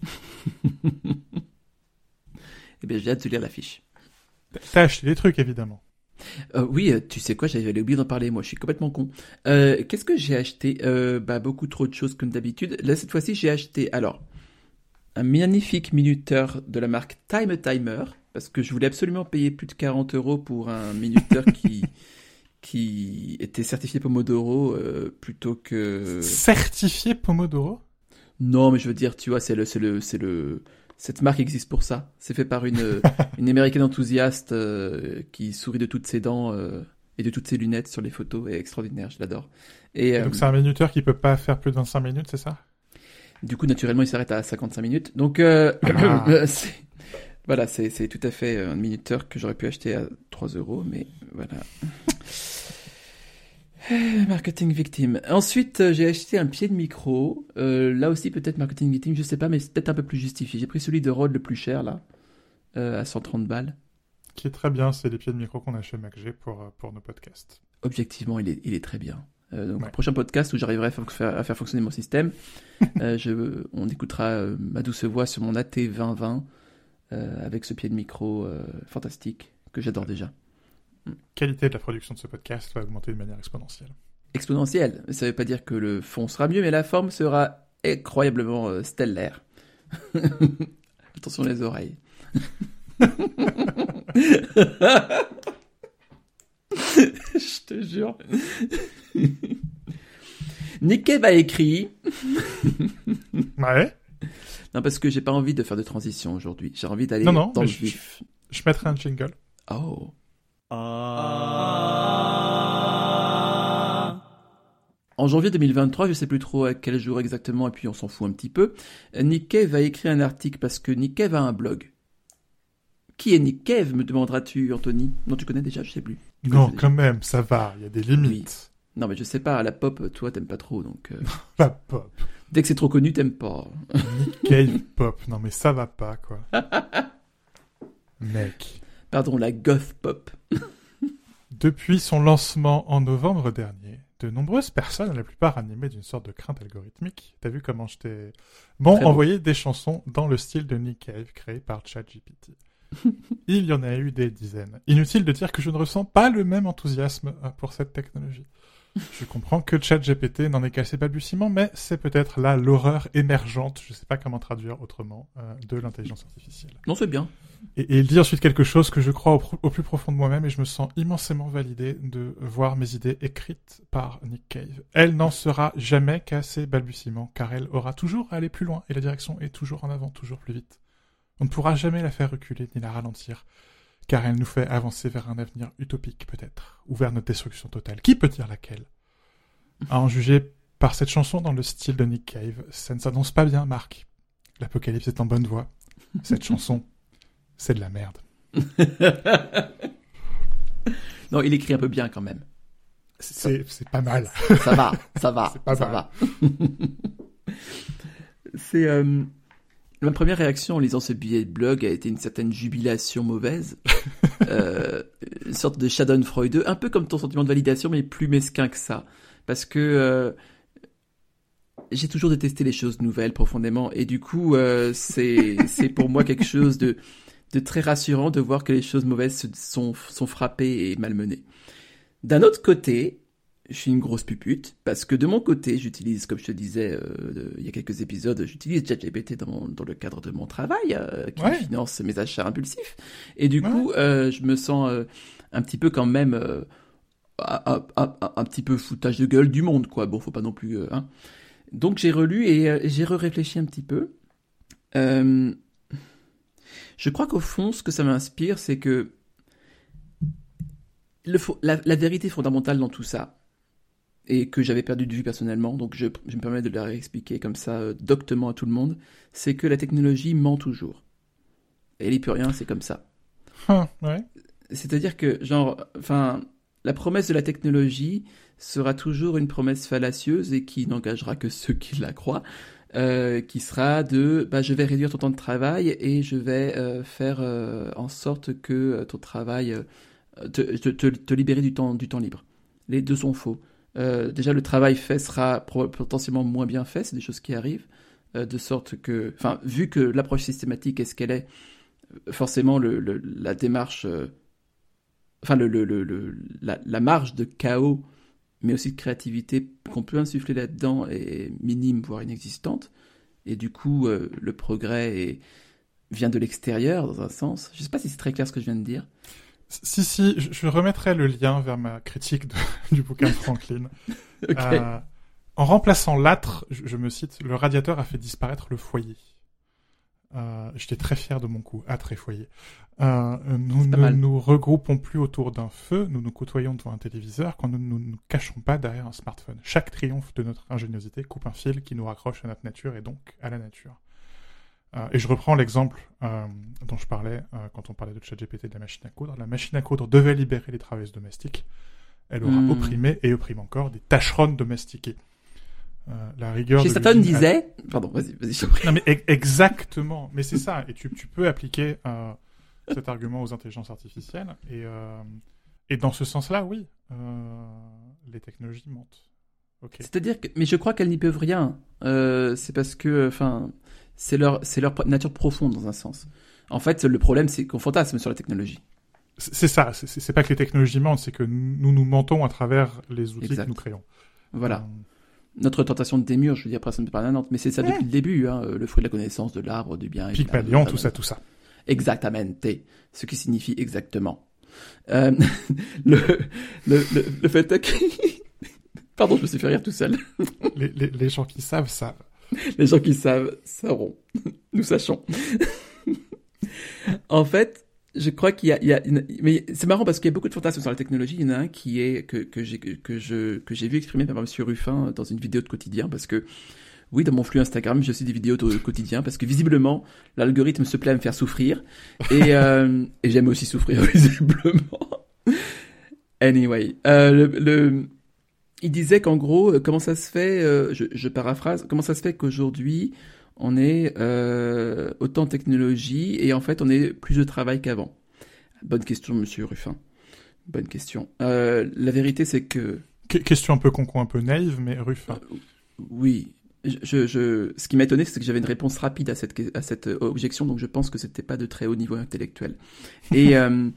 Eh bien, j'ai hâte de lire l'affiche. T'as acheté des trucs, évidemment. Oui, tu sais quoi, j'avais oublié d'en parler, moi, je suis complètement con. Qu'est-ce que j'ai acheté? Beaucoup trop de choses comme d'habitude. Là, cette fois-ci, j'ai acheté, alors, un magnifique minuteur de la marque Time Timer, parce que je voulais absolument payer plus de 40 € pour un minuteur qui était certifié Pomodoro plutôt que... Certifié Pomodoro? Non, mais je veux dire, tu vois, cette marque existe pour ça. C'est fait par une américaine enthousiaste qui sourit de toutes ses dents et de toutes ses lunettes sur les photos. Et extraordinaire, je l'adore. Et donc c'est un minuteur qui peut pas faire plus de 25 minutes, c'est ça? Du coup, naturellement, il s'arrête à 55 minutes. Donc, voilà, c'est tout à fait un minuteur que j'aurais pu acheter à 3 €, mais voilà. Marketing victime. Ensuite, j'ai acheté un pied de micro. Là aussi, peut-être marketing victime, je sais pas, mais c'est peut-être un peu plus justifié. J'ai pris celui de Rode le plus cher, là, à 130 balles. Qui est très bien, c'est les pieds de micro qu'on a chez MacG pour nos podcasts. Objectivement, il est très bien. Donc, Ouais. prochain podcast où j'arriverai à faire fonctionner mon système, on écoutera ma douce voix sur mon AT 2020 avec ce pied de micro fantastique que j'adore déjà. Qualité de la production de ce podcast va augmenter de manière exponentielle. Exponentielle, ça veut pas dire que le fond sera mieux, mais la forme sera incroyablement stellaire. Attention les oreilles. Je te jure. Nikkei a écrit. Ouais. Non, parce que j'ai pas envie de faire de transition aujourd'hui. J'ai envie d'aller Non, dans le mais vif. Je mettrai un jingle. Oh. En janvier 2023, je sais plus trop à quel jour exactement, et puis on s'en fout un petit peu, Nikkei va écrire un article parce que Nikkei a un blog. Qui est Nikkei, me demanderas-tu, Anthony? Non, tu connais déjà, je sais plus. Non, quand même, ça va, il y a des limites. Oui. Non, mais je sais pas, la pop, toi, t'aimes pas trop, donc... La pop. Dès que c'est trop connu, t'aimes pas. Nikkei pop, non mais ça va pas, quoi. Mec. Pardon, la goth pop. Depuis son lancement en novembre dernier, de nombreuses personnes, la plupart animées d'une sorte de crainte algorithmique, t'as vu comment je t'ai... m'ont envoyé des chansons dans le style de Nikkei créé par ChatGPT. Il y en a eu des dizaines. Inutile de dire que je ne ressens pas le même enthousiasme pour cette technologie. Je comprends que ChatGPT n'en est qu'à ses balbutiements, mais c'est peut-être là l'horreur émergente, je sais pas comment traduire autrement, de l'intelligence artificielle. Non, c'est bien. Et il dit ensuite quelque chose que je crois au plus profond de moi-même et je me sens immensément validé de voir mes idées écrites par Nikkei. Elle n'en sera jamais qu'à ses balbutiements, car elle aura toujours à aller plus loin et la direction est toujours en avant, toujours plus vite. On ne pourra jamais la faire reculer ni la ralentir, car elle nous fait avancer vers un avenir utopique peut-être, ou vers notre destruction totale. Qui peut dire laquelle? À en juger par cette chanson dans le style de Nick Cave, ça ne s'annonce pas bien, Marc. L'apocalypse est en bonne voie. Cette chanson, c'est de la merde. Non, il écrit un peu bien quand même. C'est pas mal. Ça va. C'est pas mal. C'est Ma première réaction en lisant ce billet de blog a été une certaine jubilation mauvaise, une sorte de Schadenfreude, un peu comme ton sentiment de validation, mais plus mesquin que ça. Parce que j'ai toujours détesté les choses nouvelles profondément, et du coup, c'est pour moi quelque chose de très rassurant de voir que les choses mauvaises sont frappées et malmenées. D'un autre côté, je suis une grosse pupute, parce que de mon côté, j'utilise, comme je te disais il y a quelques épisodes, j'utilise ChatGPT dans le cadre de mon travail, qui finance mes achats impulsifs. Et du coup, je me sens un petit peu quand même un petit peu foutage de gueule du monde, quoi. Bon, faut pas non plus... Donc j'ai relu et j'ai réfléchi un petit peu. Je crois qu'au fond, ce que ça m'inspire, c'est que la vérité fondamentale dans tout ça, et que j'avais perdu de vue personnellement, donc je me permets de la réexpliquer comme ça doctement à tout le monde, c'est que la technologie ment toujours. Et elle n'y peut rien, c'est comme ça. Ouais. C'est-à-dire que, la promesse de la technologie sera toujours une promesse fallacieuse et qui n'engagera que ceux qui la croient, qui sera de je vais réduire ton temps de travail et je vais faire en sorte que ton travail te libérer du temps libre. Les deux sont faux. Déjà, le travail fait sera potentiellement moins bien fait, c'est des choses qui arrivent, de sorte que, vu que l'approche systématique est ce qu'elle est, forcément la démarche, la marge de chaos, mais aussi de créativité qu'on peut insuffler là-dedans est minime, voire inexistante, et du coup, le progrès vient de l'extérieur, dans un sens. Je ne sais pas si c'est très clair ce que je viens de dire. Si, je remettrai le lien vers ma critique du bouquin de Franklin. Okay. En remplaçant l'âtre, je me cite, le radiateur a fait disparaître le foyer. J'étais très fier de mon coup, âtre et foyer. Nous ne nous regroupons plus autour d'un feu, nous nous côtoyons devant un téléviseur quand nous ne nous cachons pas derrière un smartphone. Chaque triomphe de notre ingéniosité coupe un fil qui nous raccroche à notre nature et donc à la nature. Et je reprends l'exemple dont je parlais quand on parlait de ChatGPT de la machine à coudre. La machine à coudre devait libérer les travailleuses domestiques. Elle aura opprimé et opprime encore des tâcheronnes domestiquées. La rigueur Chez de Satan disait... Pardon, vas-y, je t'en prie. Non mais exactement, mais c'est ça. Et tu peux appliquer cet argument aux intelligences artificielles. Et dans ce sens-là, oui, les technologies mentent. Okay. C'est-à-dire que... Mais je crois qu'elles n'y peuvent rien. C'est parce que... C'est leur nature profonde, dans un sens. En fait, le problème, c'est qu'on fantasme sur la technologie. C'est ça. C'est pas que les technologies mentent, c'est que nous mentons à travers les outils que nous créons. Voilà. Notre tentation de démiurge, je veux dire, presque permanente, mais c'est ça depuis le début, le fruit de la connaissance, de l'arbre, du bien et Pygmalion, tout ça. Exactamente. Ce qui signifie exactement. Le fait est que... Pardon, je me suis fait rire tout seul. les gens qui savent savent. Les gens qui savent, sauront. Nous sachons. En fait, je crois qu'il y a mais c'est marrant parce qu'il y a beaucoup de fantasmes sur la technologie. Il y en a un qui est que j'ai vu exprimer par Monsieur Ruffin dans une vidéo de quotidien, parce que oui, dans mon flux Instagram, j'ai aussi des vidéos de quotidien parce que visiblement l'algorithme se plaît à me faire souffrir et j'aime aussi souffrir visiblement. Anyway, il disait qu'en gros, comment ça se fait, je paraphrase, comment ça se fait qu'aujourd'hui, on est autant de technologie et en fait, on est plus de travail qu'avant. Bonne question, Monsieur Ruffin. Bonne question. La vérité, c'est que... Question un peu con, un peu naïve, mais Ruffin. Oui. Ce qui m'a étonné, c'est que j'avais une réponse rapide à cette objection, donc je pense que c'était pas de très haut niveau intellectuel. Et en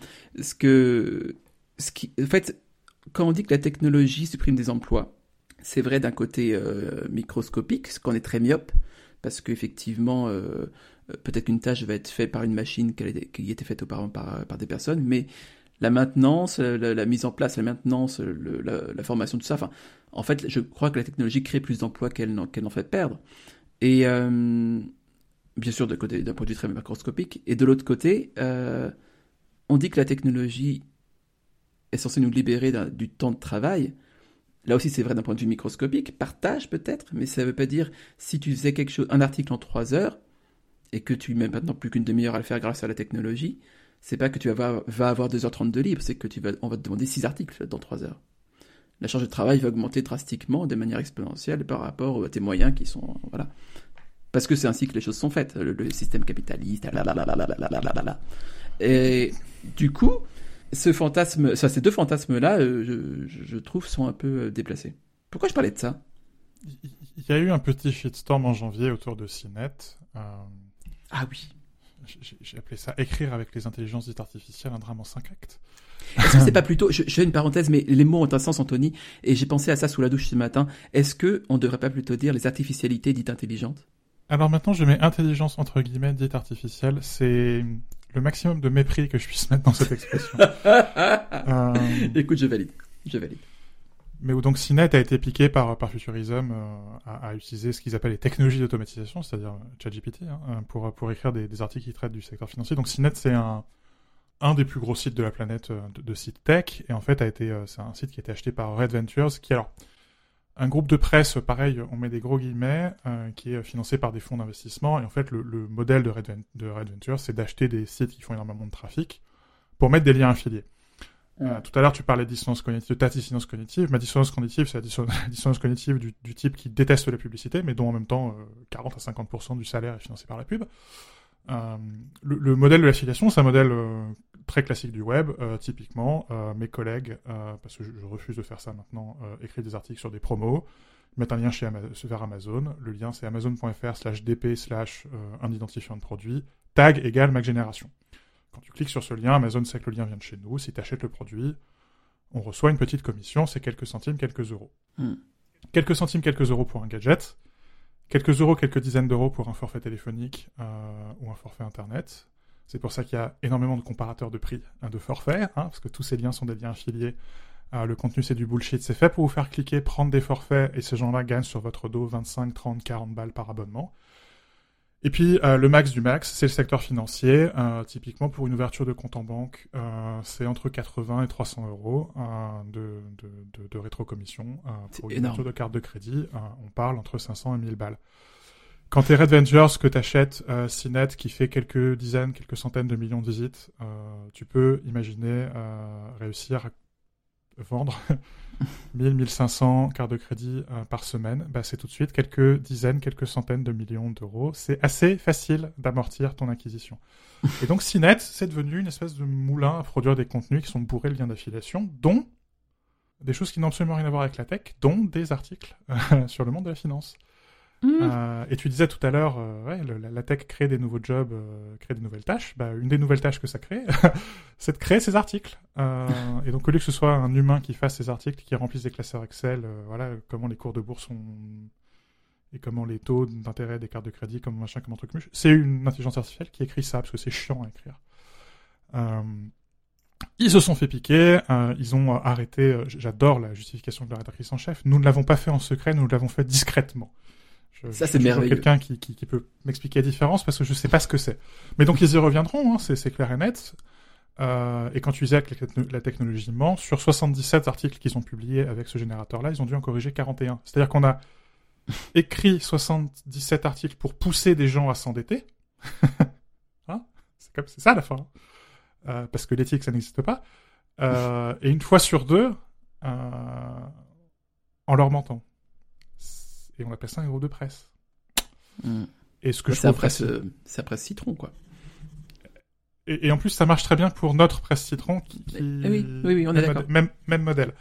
fait... Quand on dit que la technologie supprime des emplois, c'est vrai d'un côté microscopique, parce qu'on est très myope, parce qu'effectivement, peut-être qu'une tâche va être faite par une machine qui était faite auparavant par des personnes, mais la maintenance, la mise en place, la maintenance, la formation, tout ça, en fait, je crois que la technologie crée plus d'emplois qu'elle n'en fait perdre. Et bien sûr, d'un point de vue très macroscopique, et de l'autre côté, on dit que la technologie est censé nous libérer du temps de travail. Là aussi, c'est vrai d'un point de vue microscopique, par tâche peut-être, mais ça ne veut pas dire si tu faisais un article en 3 heures et que tu mets maintenant plus qu'une demi-heure à le faire grâce à la technologie, c'est pas que tu vas avoir 2h30 de libre, c'est que on va te demander 6 articles dans 3 heures. La charge de travail va augmenter drastiquement de manière exponentielle par rapport à tes moyens qui sont... Voilà. Parce que c'est ainsi que les choses sont faites, le système capitaliste, blablabla. Et du coup, ces deux fantasmes-là, je trouve, sont un peu déplacés. Pourquoi je parlais de ça? Il y a eu un petit shitstorm en janvier autour de CNET. Ah oui. J'ai appelé ça écrire avec les intelligences dites artificielles un drame en 5 actes. Est-ce que c'est pas plutôt, je fais une parenthèse, mais les mots ont un sens, Anthony, et j'ai pensé à ça sous la douche ce matin. Est-ce que on devrait pas plutôt dire les artificialités dites intelligentes? Alors maintenant, je mets intelligence entre guillemets dite artificielle. C'est le maximum de mépris que je puisse mettre dans cette expression. Écoute, je valide. Mais où donc CNET a été piqué par Futurism à utiliser ce qu'ils appellent les technologies d'automatisation, c'est-à-dire ChatGPT, pour écrire des articles qui traitent du secteur financier. Donc CNET, c'est un des plus gros sites de la planète de sites tech, et en fait c'est un site qui a été acheté par Red Ventures, qui est alors un groupe de presse, pareil, on met des gros guillemets, qui est financé par des fonds d'investissement, et en fait le modèle de Red Ventures, c'est d'acheter des sites qui font énormément de trafic pour mettre des liens affiliés. Tout à l'heure, tu parlais de dissonance cognitive, de ta dissonance cognitive. Ma dissonance cognitive, c'est la dissonance cognitive du type qui déteste la publicité, mais dont en même temps 40 à 50% du salaire est financé par la pub. Le modèle de l'affiliation, c'est un modèle très classique du web. Typiquement, mes collègues, parce que je refuse de faire ça maintenant, écrivent des articles sur des promos, mettent un lien vers Amazon. Le lien, c'est amazon.fr/dp/un identifiant de produit, tag égale Mac Génération. Quand tu cliques sur ce lien, Amazon sait que le lien vient de chez nous. Si tu achètes le produit, on reçoit une petite commission, c'est quelques centimes, quelques euros. Quelques centimes, quelques euros pour un gadget, quelques euros, quelques dizaines d'euros pour un forfait téléphonique ou un forfait internet. C'est pour ça qu'il y a énormément de comparateurs de prix de forfaits, parce que tous ces liens sont des liens affiliés. Le contenu, c'est du bullshit. C'est fait pour vous faire cliquer, prendre des forfaits, et ces gens-là gagnent sur votre dos 25, 30, 40 balles par abonnement. Et puis, le max du max, c'est le secteur financier. Typiquement, pour une ouverture de compte en banque, c'est entre 80 et 300 euros de rétrocommission. Pour une ouverture de carte de crédit, on parle entre 500 et 1000 balles. Quand t'es Red Ventures, que t'achètes CNET, qui fait quelques dizaines, quelques centaines de millions de visites, tu peux imaginer réussir à vendre 1000, 1500 cartes de crédit par semaine, c'est tout de suite quelques dizaines, quelques centaines de millions d'euros. C'est assez facile d'amortir ton acquisition. Et donc CNET, c'est devenu une espèce de moulin à produire des contenus qui sont bourrés de liens d'affiliation, dont des choses qui n'ont absolument rien à voir avec la tech, dont des articles sur le monde de la finance. Et tu disais tout à l'heure, la tech crée des nouveaux jobs, crée des nouvelles tâches. Une des nouvelles tâches que ça crée, c'est de créer ces articles. Et donc au lieu que ce soit un humain qui fasse ces articles, qui remplisse des classeurs Excel, comment les cours de bourse sont et comment les taux d'intérêt des cartes de crédit, comme machin, comme un truc muche. C'est une intelligence artificielle qui écrit ça parce que c'est chiant à écrire. Ils se sont fait piquer, ils ont arrêté. J'adore la justification de la rédactrice en chef. Nous ne l'avons pas fait en secret, nous l'avons fait discrètement. Ça, c'est merveilleux. Quelqu'un qui peut m'expliquer la différence parce que je sais pas ce que c'est. Mais donc, ils y reviendront, c'est clair et net. Et quand tu disais que la technologie ment, sur 77 articles qu'ils ont publiés avec ce générateur-là, ils ont dû en corriger 41. C'est-à-dire qu'on a écrit 77 articles pour pousser des gens à s'endetter. C'est ça, la fin. Parce que l'éthique, ça n'existe pas. Et une fois sur deux, en leur mentant. Et on appelle ça un héros de presse. Et ce que je trouve c'est la presse Citron, quoi. Et en plus, ça marche très bien pour notre presse Citron qui oui, on est d'accord. Même modèle.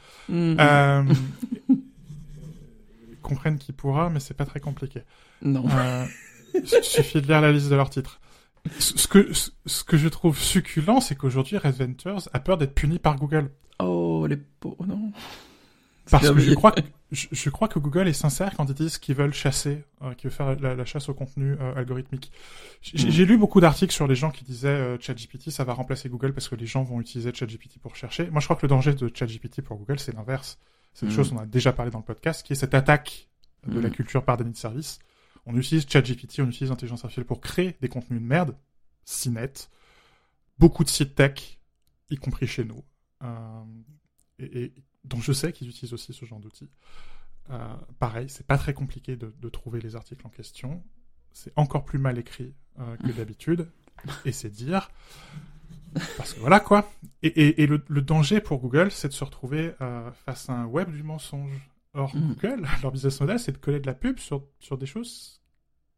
Comprenne qui pourra, mais c'est pas très compliqué. Non. Suffit de lire la liste de leurs titres. Ce que je trouve succulent, c'est qu'aujourd'hui, Red Ventures a peur d'être puni par Google. Oh, les pauvres, non. Parce que je crois que Google est sincère quand ils disent qu'ils veulent chasser, qu'ils veulent faire la chasse au contenu algorithmique. J'ai lu beaucoup d'articles sur les gens qui disaient ChatGPT, ça va remplacer Google parce que les gens vont utiliser ChatGPT pour chercher. Moi, je crois que le danger de ChatGPT pour Google, c'est l'inverse. C'est une chose dont on a déjà parlé dans le podcast, qui est cette attaque de la culture par déni de service. On utilise ChatGPT, on utilise l'intelligence artificielle pour créer des contenus de merde, CNET, beaucoup de sites tech, y compris chez nous. Et dont je sais qu'ils utilisent aussi ce genre d'outils. Pareil, c'est pas très compliqué de trouver les articles en question. C'est encore plus mal écrit que d'habitude. Et c'est dire... Parce que voilà, quoi. Et le danger pour Google, c'est de se retrouver face à un web du mensonge. Or, Google, leur business model, c'est de coller de la pub sur des choses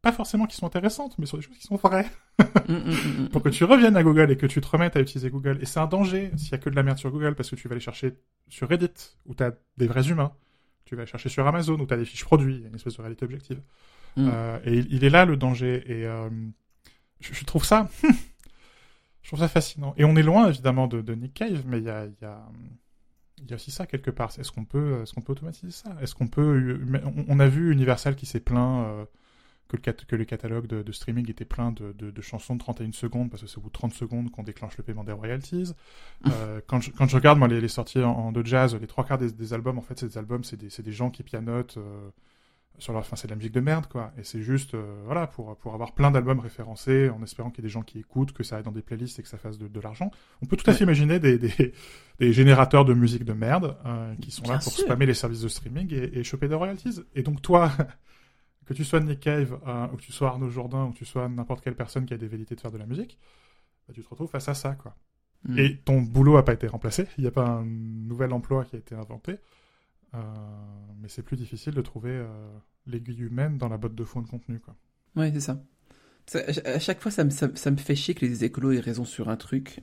pas forcément qui sont intéressantes, mais sur des choses qui sont vraies. Pour que tu reviennes à Google et que tu te remettes à utiliser Google. Et c'est un danger s'il y a que de la merde sur Google, parce que tu vas aller chercher sur Reddit, où t'as des vrais humains. Tu vas aller chercher sur Amazon, où t'as des fiches produits. Il y a une espèce de réalité objective. Et il est là le danger. Et je trouve ça... je trouve ça fascinant. Et on est loin, évidemment, de Nick Cave, mais il y a aussi ça quelque part. Est-ce qu'on peut automatiser ça? Est-ce qu'on peut... On a vu Universal qui s'est plaint que le catalogue de streaming était plein de chansons de 31 secondes, parce que c'est au bout de 30 secondes qu'on déclenche le paiement des royalties. Quand je regarde moi, les sorties en de jazz, les 3/4 des albums, en fait, c'est des albums, c'est des gens qui pianotent sur leur... Enfin, c'est de la musique de merde, quoi. Et c'est juste, voilà, pour avoir plein d'albums référencés, en espérant qu'il y ait des gens qui écoutent, que ça aille dans des playlists et que ça fasse de l'argent. On peut tout à fait imaginer des générateurs de musique de merde qui sont là pour spammer les services de streaming et choper des royalties. Et donc, toi... que tu sois Nick Cave, ou que tu sois Arnaud Jourdain, ou que tu sois n'importe quelle personne qui a des velléités de faire de la musique, bah, tu te retrouves face à ça, quoi. Et ton boulot a pas été remplacé, il n'y a pas un nouvel emploi qui a été inventé, mais c'est plus difficile de trouver l'aiguille humaine dans la botte de fond de contenu, quoi. Ouais, c'est ça. À chaque fois, ça me fait chier que les écolos aient raison sur un truc.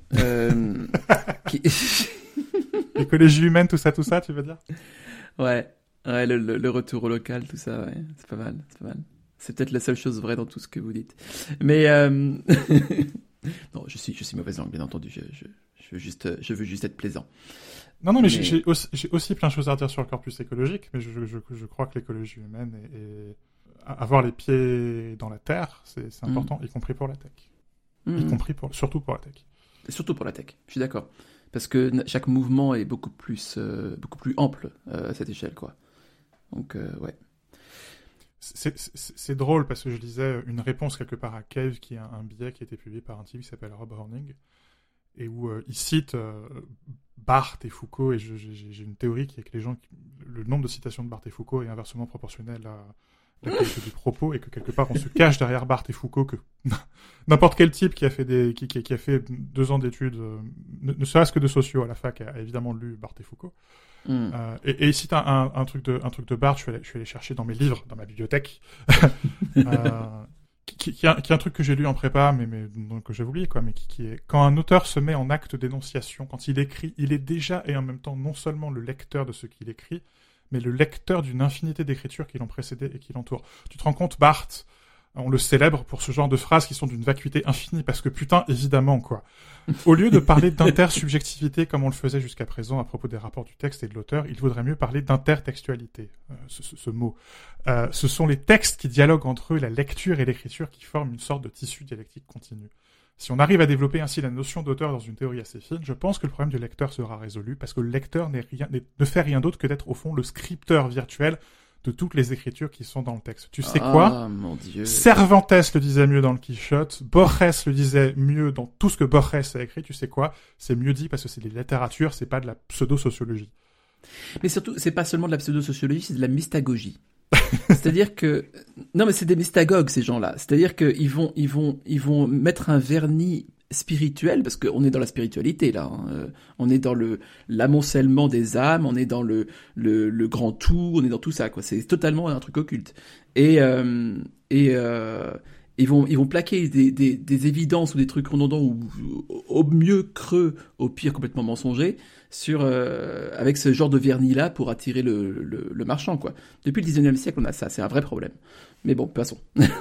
L'écologie humaine, tout ça, tu veux dire? Ouais. Ouais, le retour au local, tout ça, ouais, c'est pas mal. C'est peut-être la seule chose vraie dans tout ce que vous dites. Mais non, je suis mauvaise langue, bien entendu. Je veux juste être plaisant. Non, mais j'ai aussi plein de choses à dire sur le corpus écologique, mais je crois que l'écologie humaine et avoir les pieds dans la terre, c'est important, y compris pour la tech. Surtout pour la tech. Surtout pour la tech. Je suis d'accord. Parce que chaque mouvement est beaucoup plus ample à cette échelle, quoi. Donc, ouais. C'est drôle parce que je lisais une réponse quelque part à Cave, qui est un billet qui a été publié par un type qui s'appelle Rob Horning, et où il cite Barthes et Foucault, et j'ai une théorie qui est que le nombre de citations de Barthes et Foucault est inversement proportionnel à la qualité du propos, et que quelque part on se cache derrière Barthes et Foucault, que n'importe quel type qui a fait qui a fait 2 ans d'études, ne serait-ce que de sociaux à la fac, a évidemment lu Barthes et Foucault. Et il cite un truc de Barthes, je suis allé chercher dans mes livres, dans ma bibliothèque, qui est un truc que j'ai lu en prépa, mais que j'avais oublié, quoi, mais qui est: quand un auteur se met en acte d'énonciation, quand il écrit, il est déjà et en même temps non seulement le lecteur de ce qu'il écrit, mais le lecteur d'une infinité d'écritures qui l'ont précédé et qui l'entourent. Tu te rends compte, Barthes, on le célèbre pour ce genre de phrases qui sont d'une vacuité infinie, parce que putain, évidemment, quoi. Au lieu de parler d'intersubjectivité comme on le faisait jusqu'à présent à propos des rapports du texte et de l'auteur, il vaudrait mieux parler d'intertextualité, ce mot. Ce sont les textes qui dialoguent entre eux, la lecture et l'écriture, qui forment une sorte de tissu dialectique continu. Si on arrive à développer ainsi la notion d'auteur dans une théorie assez fine, je pense que le problème du lecteur sera résolu, parce que le lecteur ne fait rien d'autre que d'être au fond le scripteur virtuel de toutes les écritures qui sont dans le texte. Tu sais quoi? Mon Dieu. Cervantes le disait mieux dans le Quichotte, Borges le disait mieux dans tout ce que Borges a écrit. Tu sais quoi? C'est mieux dit parce que c'est de la littérature, c'est pas de la pseudo-sociologie. Mais surtout, c'est pas seulement de la pseudo-sociologie, c'est de la mystagogie. C'est-à-dire que... Non, mais c'est des mystagogues, ces gens-là. C'est-à-dire qu'ils vont mettre un vernis spirituel, parce qu'on est dans la spiritualité, là. On est dans l'amoncellement des âmes, on est dans le grand tout, on est dans tout ça, quoi. C'est totalement un truc occulte. Et ils vont plaquer des évidences ou des trucs redondants, ou au mieux creux, au pire complètement mensongers, avec ce genre de vernis-là pour attirer le marchand, quoi. Depuis le 19e siècle, on a ça, c'est un vrai problème. Mais bon, passons.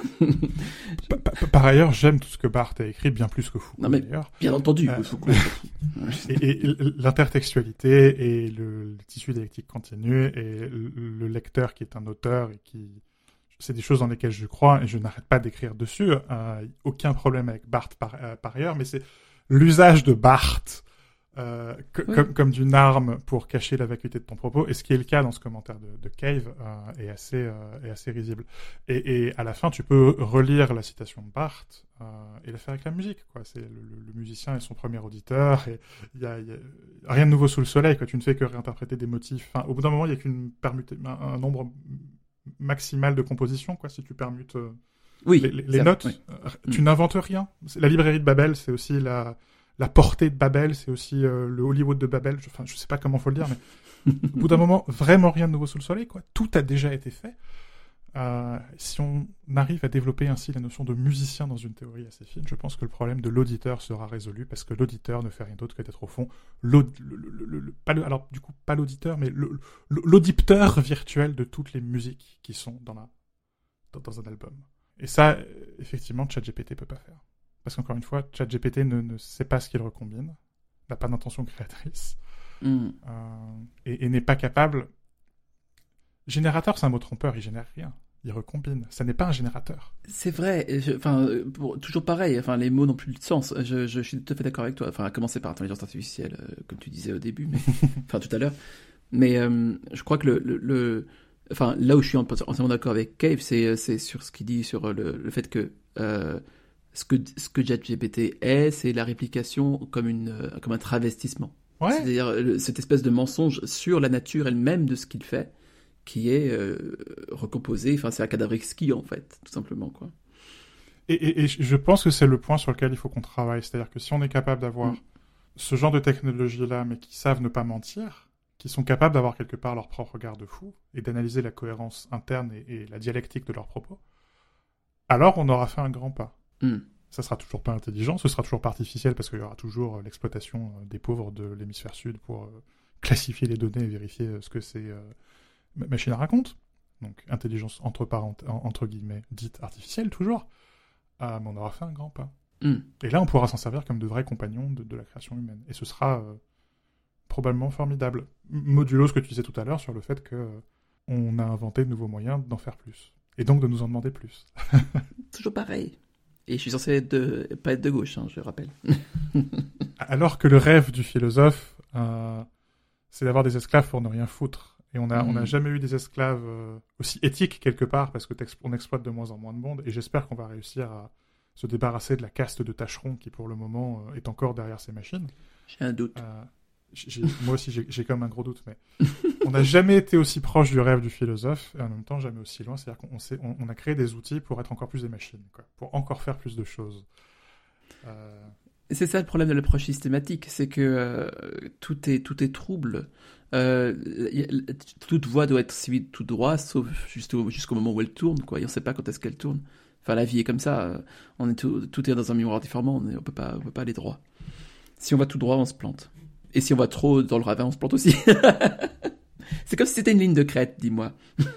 Par ailleurs, j'aime tout ce que Barthes a écrit, bien plus que Foucault, non, mais, d'ailleurs. Bien entendu, Foucault. et l'intertextualité, et le tissu dialectique continu, et le lecteur qui est un auteur, et qui... C'est des choses dans lesquelles je crois, et je n'arrête pas d'écrire dessus. Aucun problème avec Barthes par ailleurs, mais c'est l'usage de Barthes comme d'une arme pour cacher la vacuité de ton propos, et ce qui est le cas dans ce commentaire de Cave est assez risible. Et à la fin, tu peux relire la citation de Barthes et la faire avec la musique, quoi. C'est le musicien est son premier auditeur, et il y a rien de nouveau sous le soleil, quoi. Tu ne fais que réinterpréter des motifs. Enfin, au bout d'un moment, il y a qu'une un nombre maximal de composition, quoi. Si tu permutes les notes, tu n'inventes rien. La librairie de Babel, c'est aussi la portée de Babel, c'est aussi le Hollywood de Babel. Je sais pas comment faut le dire, mais au bout d'un moment, vraiment rien de nouveau sous le soleil, quoi. Tout a déjà été fait. Si on arrive à développer ainsi la notion de musicien dans une théorie assez fine, je pense que le problème de l'auditeur sera résolu, parce que l'auditeur ne fait rien d'autre que d'être au fond alors du coup pas l'auditeur, mais l'audipteur virtuel de toutes les musiques qui sont dans un album. Et ça, effectivement, ChatGPT peut pas faire. Parce qu'encore une fois, ChatGPT ne sait pas ce qu'il recombine, n'a pas d'intention créatrice, et n'est pas capable... Générateur, c'est un mot trompeur, il génère rien. Il recombine. Ça n'est pas un générateur. C'est vrai. Toujours pareil. Enfin, les mots n'ont plus de sens. Je suis tout à fait d'accord avec toi. Enfin, à commencer par l'intelligence artificielle, comme tu disais au début, mais enfin tout à l'heure. Mais je crois que enfin, là où je suis entièrement d'accord avec Cave, c'est sur ce qu'il dit sur le fait que ce que ChatGPT est, c'est la réplication comme un travestissement. Ouais. C'est-à-dire cette espèce de mensonge sur la nature elle-même de ce qu'il fait, qui est recomposé, enfin c'est un cadavre exquis en fait, tout simplement quoi. Et je pense que c'est le point sur lequel il faut qu'on travaille, c'est-à-dire que si on est capable d'avoir ce genre de technologie-là, mais qui savent ne pas mentir, qui sont capables d'avoir quelque part leur propre garde-fou, et d'analyser la cohérence interne et la dialectique de leurs propos, alors on aura fait un grand pas. Ça sera toujours pas intelligent, ce sera toujours pas artificiel, parce qu'il y aura toujours l'exploitation des pauvres de l'hémisphère sud pour classifier les données et vérifier ce que ces machines racontent. Donc intelligence entre guillemets dite artificielle toujours. Mais on aura fait un grand pas. Et là on pourra s'en servir comme de vrais compagnons de la création humaine. Et ce sera probablement formidable. Modulo ce que tu disais tout à l'heure sur le fait que on a inventé de nouveaux moyens d'en faire plus. Et donc de nous en demander plus. Toujours pareil. Et je suis censé pas être de gauche, hein, je rappelle. Alors que le rêve du philosophe, c'est d'avoir des esclaves pour ne rien foutre. Et on n'a jamais eu des esclaves aussi éthiques quelque part, parce que on exploite de moins en moins de monde. Et j'espère qu'on va réussir à se débarrasser de la caste de tâcherons qui, pour le moment, est encore derrière ces machines. J'ai un doute. Moi aussi, j'ai comme un gros doute, mais on n'a jamais été aussi proche du rêve du philosophe, et en même temps jamais aussi loin. C'est-à-dire qu'on a créé des outils pour être encore plus des machines, quoi, pour encore faire plus de choses. C'est ça le problème de l'approche systématique, c'est que tout est trouble. Toute voie doit être suivie tout droit, sauf jusqu'au moment où elle tourne, quoi. Et on ne sait pas quand est-ce qu'elle tourne. Enfin, la vie est comme ça. Tout est dans un miroir différent. On peut pas aller droit. Si on va tout droit, on se plante. Et si on va trop dans le ravin, on se plante aussi. C'est comme si c'était une ligne de crête, dis-moi.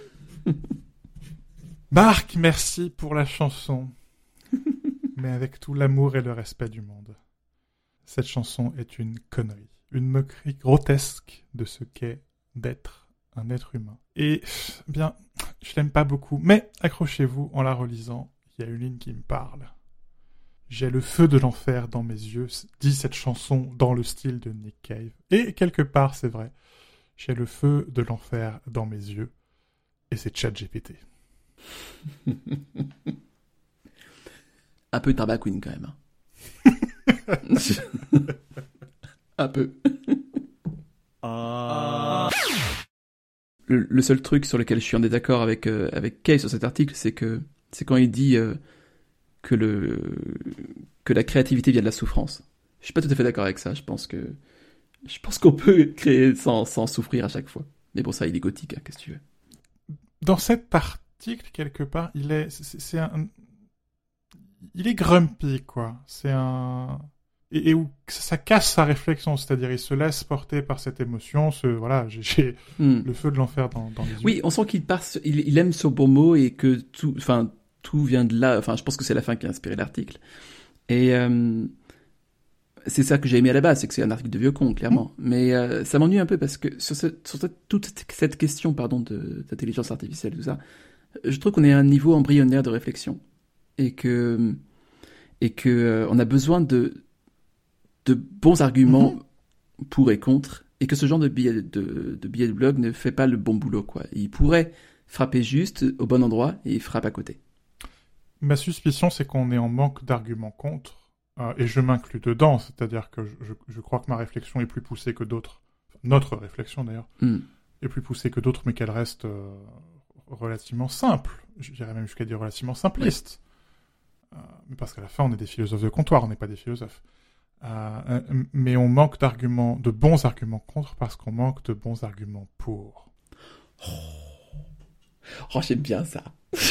Marc, merci pour la chanson. Mais avec tout l'amour et le respect du monde. Cette chanson est une connerie. Une moquerie grotesque de ce qu'est d'être un être humain. Et, bien, je l'aime pas beaucoup, mais accrochez-vous, en la relisant, il y a une ligne qui me parle. J'ai le feu de l'enfer dans mes yeux, dit cette chanson dans le style de Nick Cave. Et quelque part, c'est vrai. J'ai le feu de l'enfer dans mes yeux. Et c'est ChatGPT. Un peu Tarba Queen, quand même. Un peu. Le seul truc sur lequel je suis en désaccord avec Kay sur cet article, c'est quand il dit que la créativité vient de la souffrance. Je suis pas tout à fait d'accord avec ça. Je pense qu'on peut créer sans souffrir à chaque fois. Mais bon, ça, il est gothique, hein, qu'est-ce que tu veux. Dans cet article, quelque part, il est grumpy, quoi. Et où ça casse sa réflexion, c'est-à-dire il se laisse porter par cette émotion, j'ai le feu de l'enfer dans les yeux. Oui, on sent il aime ce beau mot et que tout vient de là. Enfin, je pense que c'est la fin qui a inspiré l'article. Et c'est ça que j'ai aimé à la base, c'est que c'est un article de vieux con, clairement. Mais ça m'ennuie un peu parce que toute cette question, d'intelligence artificielle, tout ça, je trouve qu'on est à un niveau embryonnaire de réflexion et que on a besoin de bons arguments pour et contre, et que ce genre de billet de blog ne fait pas le bon boulot, quoi. Il pourrait frapper juste au bon endroit et il frappe à côté. Ma suspicion, c'est qu'on est en manque d'arguments contre, et je m'inclus dedans, c'est-à-dire que je crois que ma réflexion est plus poussée que d'autres, notre réflexion d'ailleurs, est plus poussée que d'autres, mais qu'elle reste relativement simple, je dirais même jusqu'à dire relativement simpliste. Ouais. Parce qu'à la fin, on est des philosophes de comptoir, on n'est pas des philosophes. Mais on manque de bons arguments contre, parce qu'on manque de bons arguments pour. Oh, j'aime bien ça.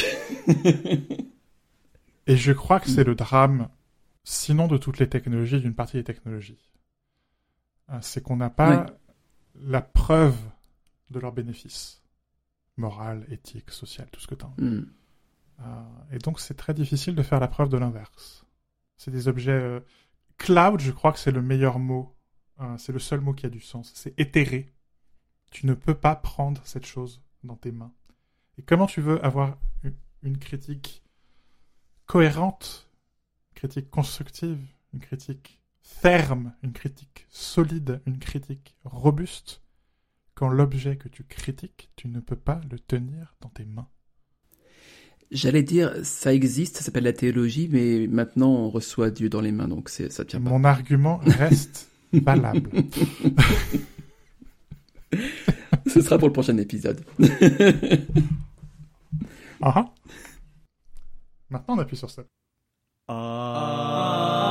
Et je crois que c'est le drame, sinon de toutes les technologies, d'une partie des technologies. C'est qu'on n'a pas la preuve de leurs bénéfices. Moral, éthique, social, tout ce que tu as. Et donc c'est très difficile de faire la preuve de l'inverse. C'est des objets... Cloud, je crois que c'est le meilleur mot. C'est le seul mot qui a du sens. C'est éthéré. Tu ne peux pas prendre cette chose dans tes mains. Et comment tu veux avoir une critique cohérente, une critique constructive, une critique ferme, une critique solide, une critique robuste, quand l'objet que tu critiques, tu ne peux pas le tenir dans tes mains? J'allais dire, ça existe, ça s'appelle la théologie, mais maintenant on reçoit Dieu dans les mains, donc ça tient pas. Mon argument reste valable. Ce sera pour le prochain épisode. Maintenant on appuie sur ça.